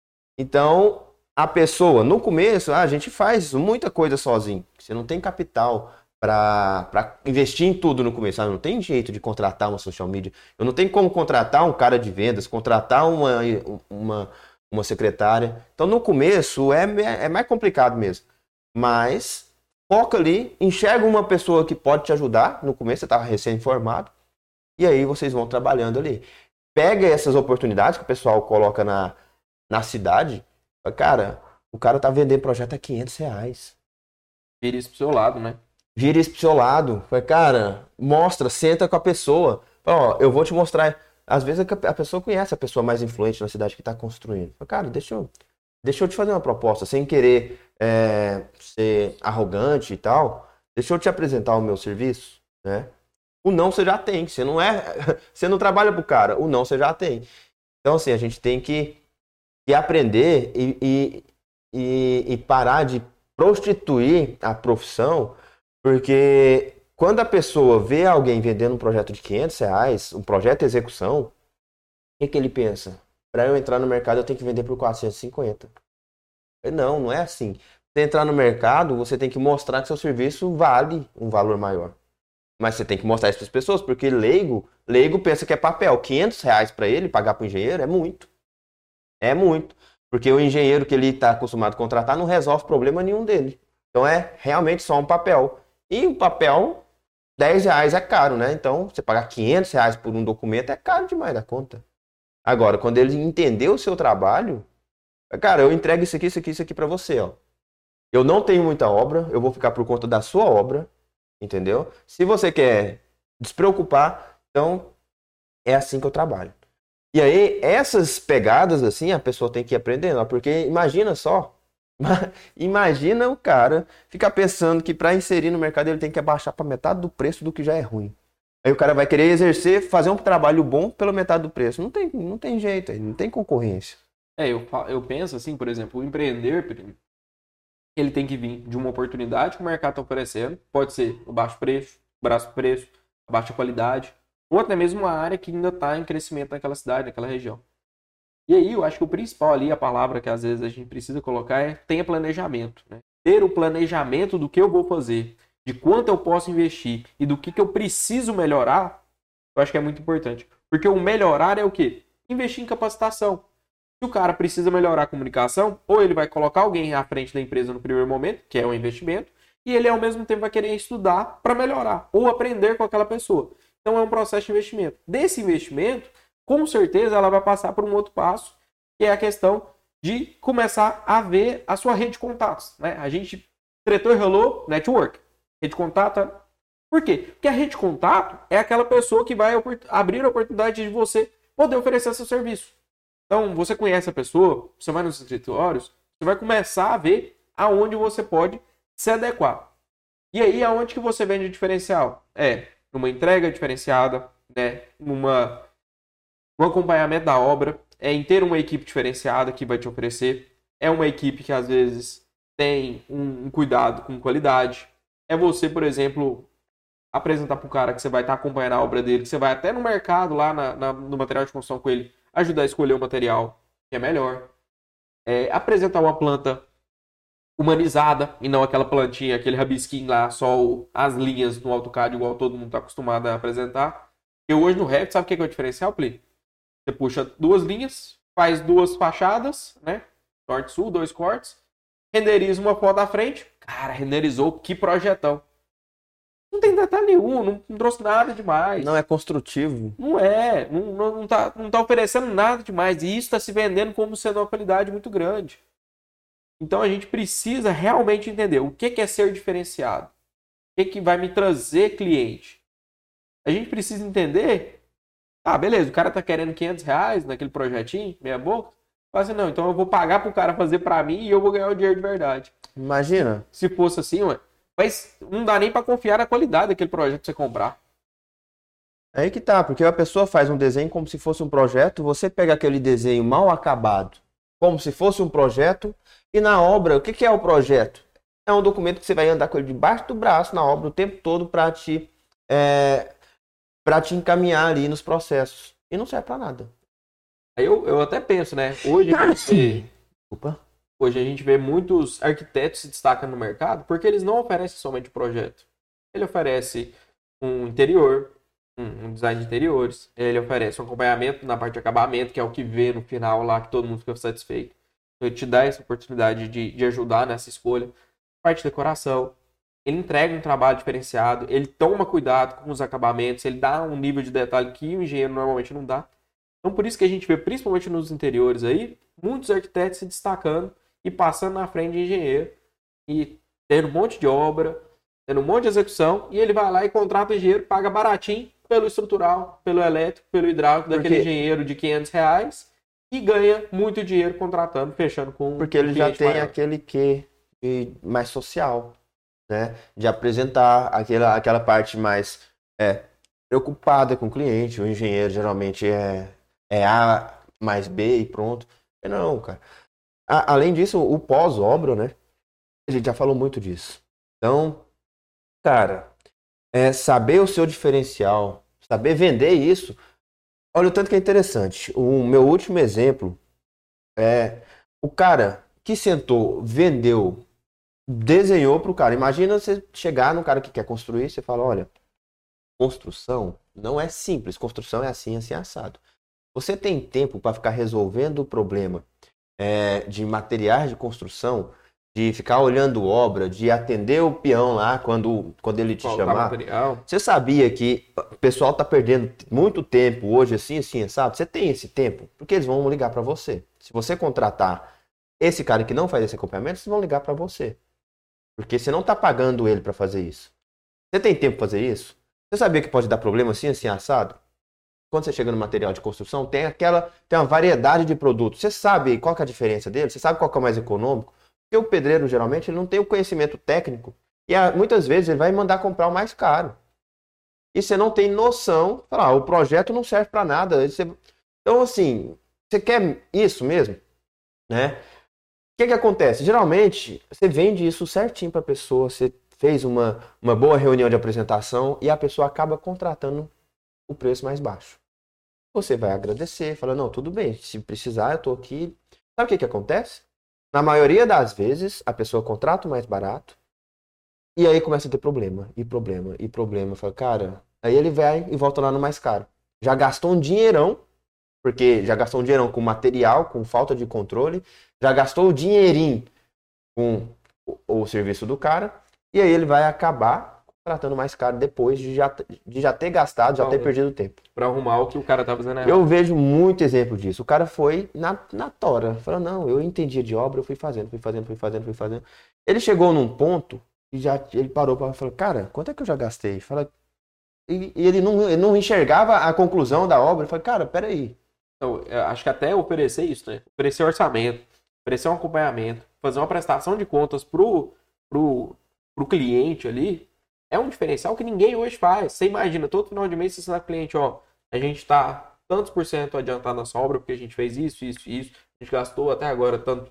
Então a pessoa, no começo, ah, a gente faz muita coisa sozinho. Você não tem capital para investir em tudo no começo. Ah, não tem jeito de contratar uma social media. Eu não tenho como contratar um cara de vendas, contratar uma, uma, uma secretária. Então, no começo, é, é mais complicado mesmo. Mas, foca ali, enxerga uma pessoa que pode te ajudar. No começo, você estava recém-formado. E aí, vocês vão trabalhando ali. Pega essas oportunidades que o pessoal coloca na, na cidade. Cara, o cara tá vendendo projeto a quinhentos reais. Vira isso pro seu lado, né? Vira isso pro seu lado. Fala, cara, mostra, senta com a pessoa. Fala, ó, eu vou te mostrar. Às vezes a pessoa conhece a pessoa mais influente na cidade que está construindo. Fala, cara, deixa eu, deixa eu te fazer uma proposta, sem querer é, ser arrogante e tal. Deixa eu te apresentar o meu serviço, né? O não você já tem. Você não é, você não trabalha pro cara. O não você já tem. Então assim, a gente tem que, que aprender e, e, e, e parar de prostituir a profissão. Porque quando a pessoa vê alguém vendendo um projeto de quinhentos reais, um projeto de execução, o que, que ele pensa? Para eu entrar no mercado, eu tenho que vender por quatrocentos e cinquenta. Não, não é assim. Para entrar no mercado, você tem que mostrar que seu serviço vale um valor maior. Mas você tem que mostrar isso para as pessoas, porque leigo, leigo pensa que é papel. quinhentos reais para ele pagar para o engenheiro é muito. É muito. Porque o engenheiro que ele está acostumado a contratar não resolve problema nenhum dele. Então é realmente só um papel. E o papel, dez reais é caro, né? Então, você pagar quinhentos reais por um documento é caro demais da conta. Agora, quando ele entender o seu trabalho, cara, eu entrego isso aqui, isso aqui, isso aqui pra você, ó. Eu não tenho muita obra, eu vou ficar por conta da sua obra, entendeu? Se você quer despreocupar, então é assim que eu trabalho. E aí, essas pegadas, assim, a pessoa tem que ir aprendendo, porque imagina só, imagina o cara ficar pensando que para inserir no mercado ele tem que abaixar para metade do preço do que já é ruim. Aí o cara vai querer exercer, fazer um trabalho bom pela metade do preço. Não tem, não tem jeito, não tem concorrência. É, eu, eu penso assim, por exemplo, o empreender, ele tem que vir de uma oportunidade que o mercado está oferecendo. Pode ser o baixo preço, o baixo preço, a baixa qualidade, ou até mesmo uma área que ainda está em crescimento naquela cidade, naquela região. E aí, eu acho que o principal ali, a palavra que às vezes a gente precisa colocar é tenha planejamento. Né? Ter o planejamento do que eu vou fazer, de quanto eu posso investir e do que, que eu preciso melhorar, eu acho que é muito importante. Porque o melhorar é o quê? Investir em capacitação. Se o cara precisa melhorar a comunicação, ou ele vai colocar alguém à frente da empresa no primeiro momento, que é um investimento, e ele ao mesmo tempo vai querer estudar para melhorar, ou aprender com aquela pessoa. Então é um processo de investimento. Desse investimento, com certeza ela vai passar por um outro passo, que é a questão de começar a ver a sua rede de contatos. Né? A gente tretou e rolou network. Rede de contato. Por quê? Porque a rede de contato é aquela pessoa que vai abrir a oportunidade de você poder oferecer seu serviço. Então, você conhece a pessoa, você vai nos escritórios, você vai começar a ver aonde você pode se adequar. E aí, aonde que você vende o diferencial? É numa entrega diferenciada, né? numa um acompanhamento da obra, é em ter uma equipe diferenciada que vai te oferecer. É uma equipe que às vezes tem um, um cuidado com qualidade. É você, por exemplo, apresentar para o cara que você vai estar acompanhando a obra dele, que você vai até no mercado, lá na, na, no material de construção com ele, ajudar a escolher o material que é melhor. É, apresentar uma planta humanizada e não aquela plantinha, aquele rabisquinho lá, só o, as linhas no AutoCAD igual todo mundo está acostumado a apresentar. E hoje no Revit, sabe o que é o diferencial, Pli? Você puxa duas linhas, faz duas fachadas, né? Norte sul, dois cortes, renderiza uma foto da frente. Cara, renderizou, que projetão. Não tem detalhe nenhum, não, não trouxe nada demais. Não é construtivo. Não é, não, não, não, tá, não tá oferecendo nada demais. E isso está se vendendo como sendo uma qualidade muito grande. Então a gente precisa realmente entender o que é ser diferenciado. O que, que vai me trazer cliente. A gente precisa entender... Ah, beleza, o cara tá querendo quinhentos reais naquele projetinho, meia boca. Fala assim, não, então eu vou pagar pro cara fazer pra mim e eu vou ganhar o dinheiro de verdade. Imagina. Se fosse assim, ué. Mas não dá nem pra confiar na qualidade daquele projeto que você comprar. Aí que tá, porque a pessoa faz um desenho como se fosse um projeto, você pega aquele desenho mal acabado, como se fosse um projeto, e na obra, o que, que é o projeto? É um documento que você vai andar com ele debaixo do braço na obra o tempo todo pra te... É... para te encaminhar ali nos processos. E não serve para nada. Aí eu, eu até penso, né? Hoje a, gente vê, Opa. hoje a gente vê muitos arquitetos se destacando no mercado porque eles não oferecem somente o projeto. Ele oferece um interior, um, um design de interiores, ele oferece um acompanhamento na parte de acabamento, que é o que vê no final lá, que todo mundo fica satisfeito. Então, ele te dá essa oportunidade de, de ajudar nessa escolha. Parte de decoração, ele entrega um trabalho diferenciado, ele toma cuidado com os acabamentos, ele dá um nível de detalhe que o engenheiro normalmente não dá. Então, por isso que a gente vê, principalmente nos interiores aí, muitos arquitetos se destacando e passando na frente de engenheiro e tendo um monte de obra, tendo um monte de execução, e ele vai lá e contrata o engenheiro, paga baratinho pelo estrutural, pelo elétrico, pelo hidráulico Porque... daquele engenheiro de quinhentos reais e ganha muito dinheiro contratando, fechando com Porque ele um já tem maior. aquele quê de mais social, né? De apresentar aquela, aquela parte mais é, preocupada com o cliente. O engenheiro geralmente é, é A mais B e pronto. Não, cara. A, além disso, o pós-obra, né? A gente já falou muito disso. Então, cara, é saber o seu diferencial, saber vender isso. Olha o tanto que é interessante. O meu último exemplo é o cara que sentou, vendeu, desenhou para o cara. Imagina você chegar no cara que quer construir, você fala, olha, construção não é simples, construção é assim, assim, assado. Você tem tempo para ficar resolvendo o problema é, de materiais de construção, de ficar olhando obra, de atender o peão lá quando, quando ele te Faltar chamar. material. Você sabia que o pessoal tá perdendo muito tempo hoje assim, assim, sabe? Você tem esse tempo, porque eles vão ligar para você. Se você contratar esse cara que não faz esse acompanhamento, eles vão ligar para você. Porque você não tá pagando ele para fazer isso. Você tem tempo para fazer isso? Você sabia que pode dar problema assim, assim, assado? Quando você chega no material de construção, tem aquela, tem uma variedade de produtos. Você sabe qual que é a diferença dele? Você sabe qual que é o mais econômico? Porque o pedreiro, geralmente, ele não tem o conhecimento técnico. E muitas vezes ele vai mandar comprar o mais caro. E você não tem noção. Fala, ah, o projeto não serve para nada. Você... Então, assim, você quer isso mesmo? Né? O que que acontece? Geralmente, você vende isso certinho para a pessoa. Você fez uma, uma boa reunião de apresentação e a pessoa acaba contratando o preço mais baixo. Você vai agradecer, fala, não, tudo bem, se precisar, eu tô aqui. Sabe o que que acontece? Na maioria das vezes, a pessoa contrata o mais barato e aí começa a ter problema, e problema, e problema. Fala, cara, aí ele vai e volta lá no mais caro. Já gastou um dinheirão, porque já gastou um dinheirão com material, com falta de controle, já gastou o dinheirinho com o, o serviço do cara, e aí ele vai acabar tratando mais caro depois de já, de já ter gastado, já ter perdido tempo. Pra arrumar o que o cara tá fazendo errado. Eu vejo muito exemplo disso. O cara foi na, na tora. Falou, não, eu entendia de obra, eu fui fazendo, fui fazendo, fui fazendo, fui fazendo. Ele chegou num ponto e já ele parou para falar, cara, quanto é que eu já gastei? Fala, e, e ele, não, ele não enxergava a conclusão da obra. Ele falou, cara, peraí. Então, eu acho que até oferecer isso, né? Oferecer orçamento, oferecer um acompanhamento, fazer uma prestação de contas pro, pro, pro cliente ali, é um diferencial que ninguém hoje faz. Você imagina, todo final de mês você ensinar o cliente, ó, a gente está tantos por cento adiantado na sua obra porque a gente fez isso, isso, isso, a gente gastou até agora tanto.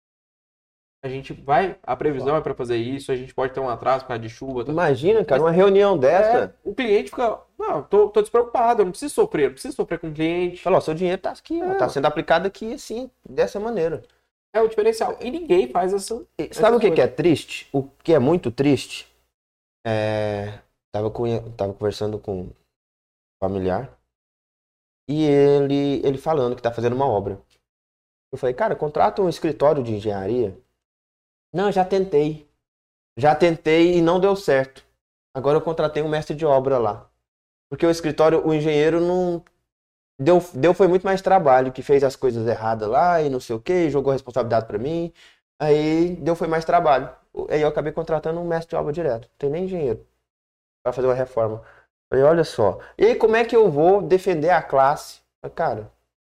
A gente vai, a previsão é para fazer isso, a gente pode ter um atraso por causa de chuva. Tá? Imagina, cara, uma reunião dessa. É, o cliente fica, não, tô, tô despreocupado, eu não preciso sofrer, não preciso sofrer com o cliente. Fala, ó, seu dinheiro tá aqui, ó, É. tá sendo aplicado aqui assim, dessa maneira. É o diferencial. E ninguém faz essa. E sabe o que, que é triste? O que é muito triste? É, tava, com, tava conversando com um familiar e ele, ele falando que tá fazendo uma obra. Eu falei, cara, contrata um escritório de engenharia. Não, já tentei. Já tentei e não deu certo. Agora eu contratei um mestre de obra lá. Porque o escritório, o engenheiro não... Deu, deu foi muito mais trabalho, que fez as coisas erradas lá e não sei o que, jogou a responsabilidade pra mim. Aí deu foi mais trabalho. Aí eu acabei contratando um mestre de obra direto. Não tem nem engenheiro para fazer uma reforma. Falei, olha só. E aí como é que eu vou defender a classe? Falei, cara,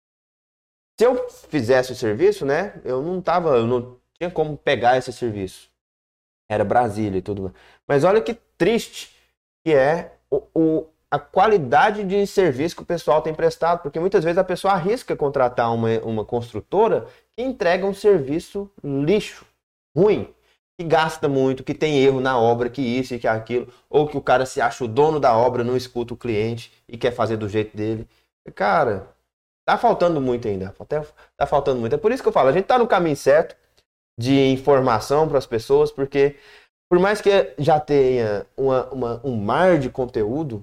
se eu fizesse o serviço, né? Eu não tava, eu não tinha como pegar esse serviço. Era Brasília e tudo mais. Mas olha que triste que é o, o, a qualidade de serviço que o pessoal tem prestado. Porque muitas vezes a pessoa arrisca contratar uma, uma construtora que entrega um serviço lixo, ruim. Que gasta muito, que tem erro na obra, que isso e que aquilo, ou que o cara se acha o dono da obra, não escuta o cliente e quer fazer do jeito dele. Cara, tá faltando muito ainda, tá faltando muito. É por isso que eu falo, a gente tá no caminho certo de informação para as pessoas, porque por mais que já tenha uma, uma, um mar de conteúdo,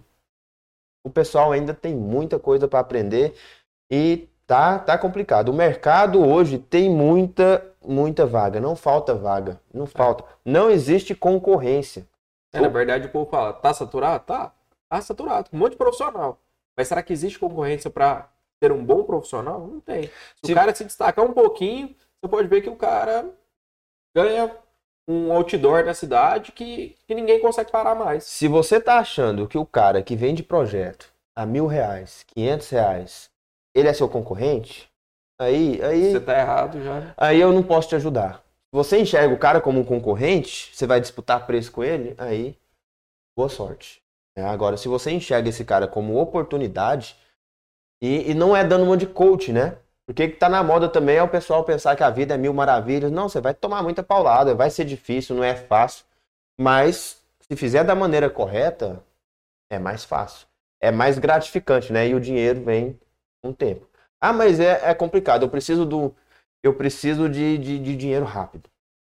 o pessoal ainda tem muita coisa para aprender e tá, tá complicado. O mercado hoje tem muita, muita vaga, não falta vaga, não falta. Não existe concorrência. É, na verdade, o povo fala, tá saturado? Tá, tá saturado, um monte de profissional. Mas será que existe concorrência para ser um bom profissional? Não tem. Se, se o cara se destacar um pouquinho, você pode ver que o cara ganha um outdoor na cidade que, que ninguém consegue parar mais. Se você tá achando que o cara que vende projeto a mil reais, quinhentos reais, ele é seu concorrente, aí, aí... Você tá errado já. Aí eu não posso te ajudar. Se você enxerga o cara como um concorrente, você vai disputar preço com ele, aí boa sorte. É, agora, se você enxerga esse cara como oportunidade, e, e não é dando uma de coach, né? Porque o que tá na moda também é o pessoal pensar que a vida é mil maravilhas. Não, você vai tomar muita paulada, vai ser difícil, não é fácil. Mas, se fizer da maneira correta, é mais fácil. É mais gratificante, né? E o dinheiro vem com o tempo. Ah, mas é, é complicado, eu preciso do... Eu preciso de, de, de dinheiro rápido.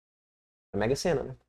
É Mega Sena, né?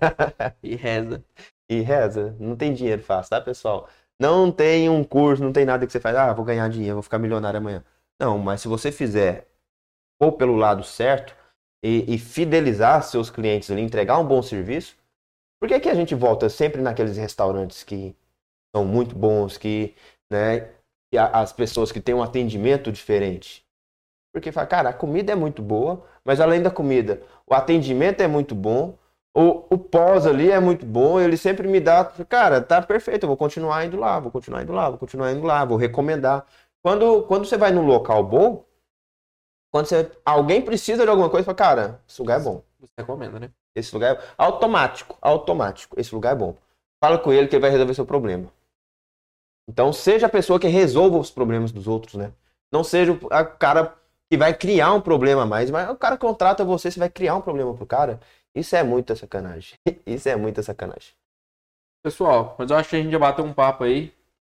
E reza. E reza. Não tem dinheiro fácil, tá, pessoal? Não tem um curso, não tem nada que você faz. Ah, vou ganhar dinheiro, vou ficar milionário amanhã. Não, mas se você fizer ou pelo lado certo e, e fidelizar seus clientes ali, entregar um bom serviço, por que que a gente volta sempre naqueles restaurantes que são muito bons, que, né, que a, as pessoas que têm um atendimento diferente? Porque fala, cara, a comida é muito boa, mas além da comida, o atendimento é muito bom, o, o pós ali é muito bom, ele sempre me dá, cara, tá perfeito, eu vou continuar indo lá, vou continuar indo lá, vou continuar indo lá, vou recomendar. Quando, quando você vai num local bom, quando você, alguém precisa de alguma coisa, você fala, cara, esse lugar é bom. Você recomenda, né? Esse lugar é automático, automático, esse lugar é bom. Fala com ele que ele vai resolver seu problema. Então, seja a pessoa que resolva os problemas dos outros, né? Não seja o cara que vai criar um problema a mais, mas o cara contrata você, você vai criar um problema pro cara. Isso é muita sacanagem. Isso é muita sacanagem. Pessoal, mas eu acho que a gente já bateu um papo aí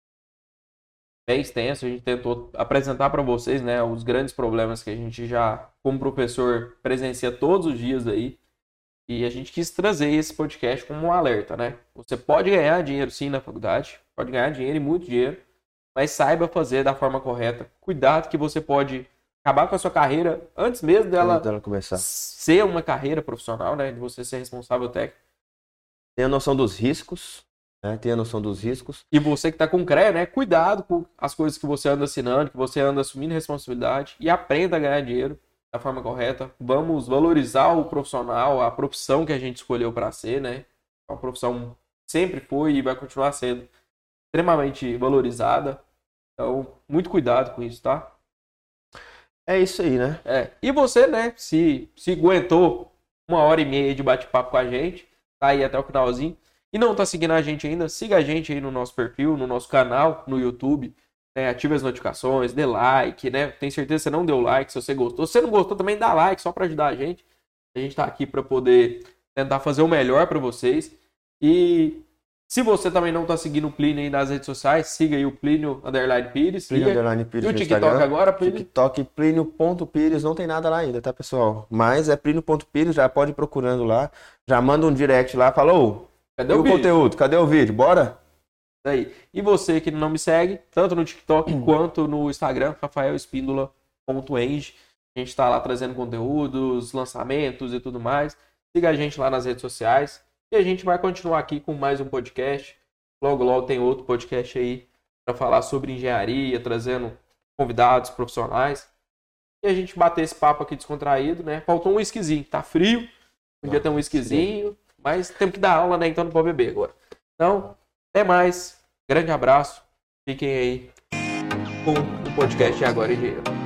bem extenso. A gente tentou apresentar para vocês, né, os grandes problemas que a gente já, como professor, presencia todos os dias aí. E a gente quis trazer esse podcast como um alerta, né? Você pode ganhar dinheiro sim na faculdade, pode ganhar dinheiro e muito dinheiro, mas saiba fazer da forma correta. Cuidado que você pode acabar com a sua carreira antes mesmo dela, Antes dela começar. ser uma carreira profissional, né? De você ser responsável técnico. Tenha noção dos riscos, né? Tenha noção dos riscos. E você que está com C R E A, né? Cuidado com as coisas que você anda assinando, que você anda assumindo responsabilidade e aprenda a ganhar dinheiro da forma correta. Vamos valorizar o profissional, a profissão que a gente escolheu para ser, né? A profissão sempre foi e vai continuar sendo extremamente valorizada. Então, muito cuidado com isso, tá? É isso aí, né? É. E você, né? Se, se aguentou uma hora e meia de bate-papo com a gente, tá aí até o finalzinho, e não tá seguindo a gente ainda, siga a gente aí no nosso perfil, no nosso canal, no YouTube. Né, ative as notificações, dê like, né? Tenho certeza que você não deu like, se você gostou. Se você não gostou, também dá like, só para ajudar a gente. A gente tá aqui para poder tentar fazer o melhor para vocês. E se você também não tá seguindo o Plínio aí nas redes sociais, siga aí o Plínio Underline Pires. Plínio Underline Pires e o no TikTok Instagram. agora, Plínio? TikTok, Plínio.Pires, não tem nada lá ainda, tá, pessoal? Mas é Plínio.Pires, já pode ir procurando lá. Já manda um direct lá, falou, cadê e o, o vídeo? conteúdo? Cadê o vídeo? Bora? Aí. E você que não me segue, tanto no TikTok quanto no Instagram, rafael espíndola ponto eng. A gente está lá trazendo conteúdos, lançamentos e tudo mais. Siga a gente lá nas redes sociais. E a gente vai continuar aqui com mais um podcast. Logo, logo tem outro podcast aí para falar sobre engenharia, trazendo convidados profissionais. E a gente bater esse papo aqui descontraído, né? Faltou um whiskyzinho. Tá frio, podia ter um whiskyzinho, mas temos que dar aula, né? Então não pode beber agora. Então... até mais. Grande abraço. Fiquem aí com o podcast Agora Engenheiro.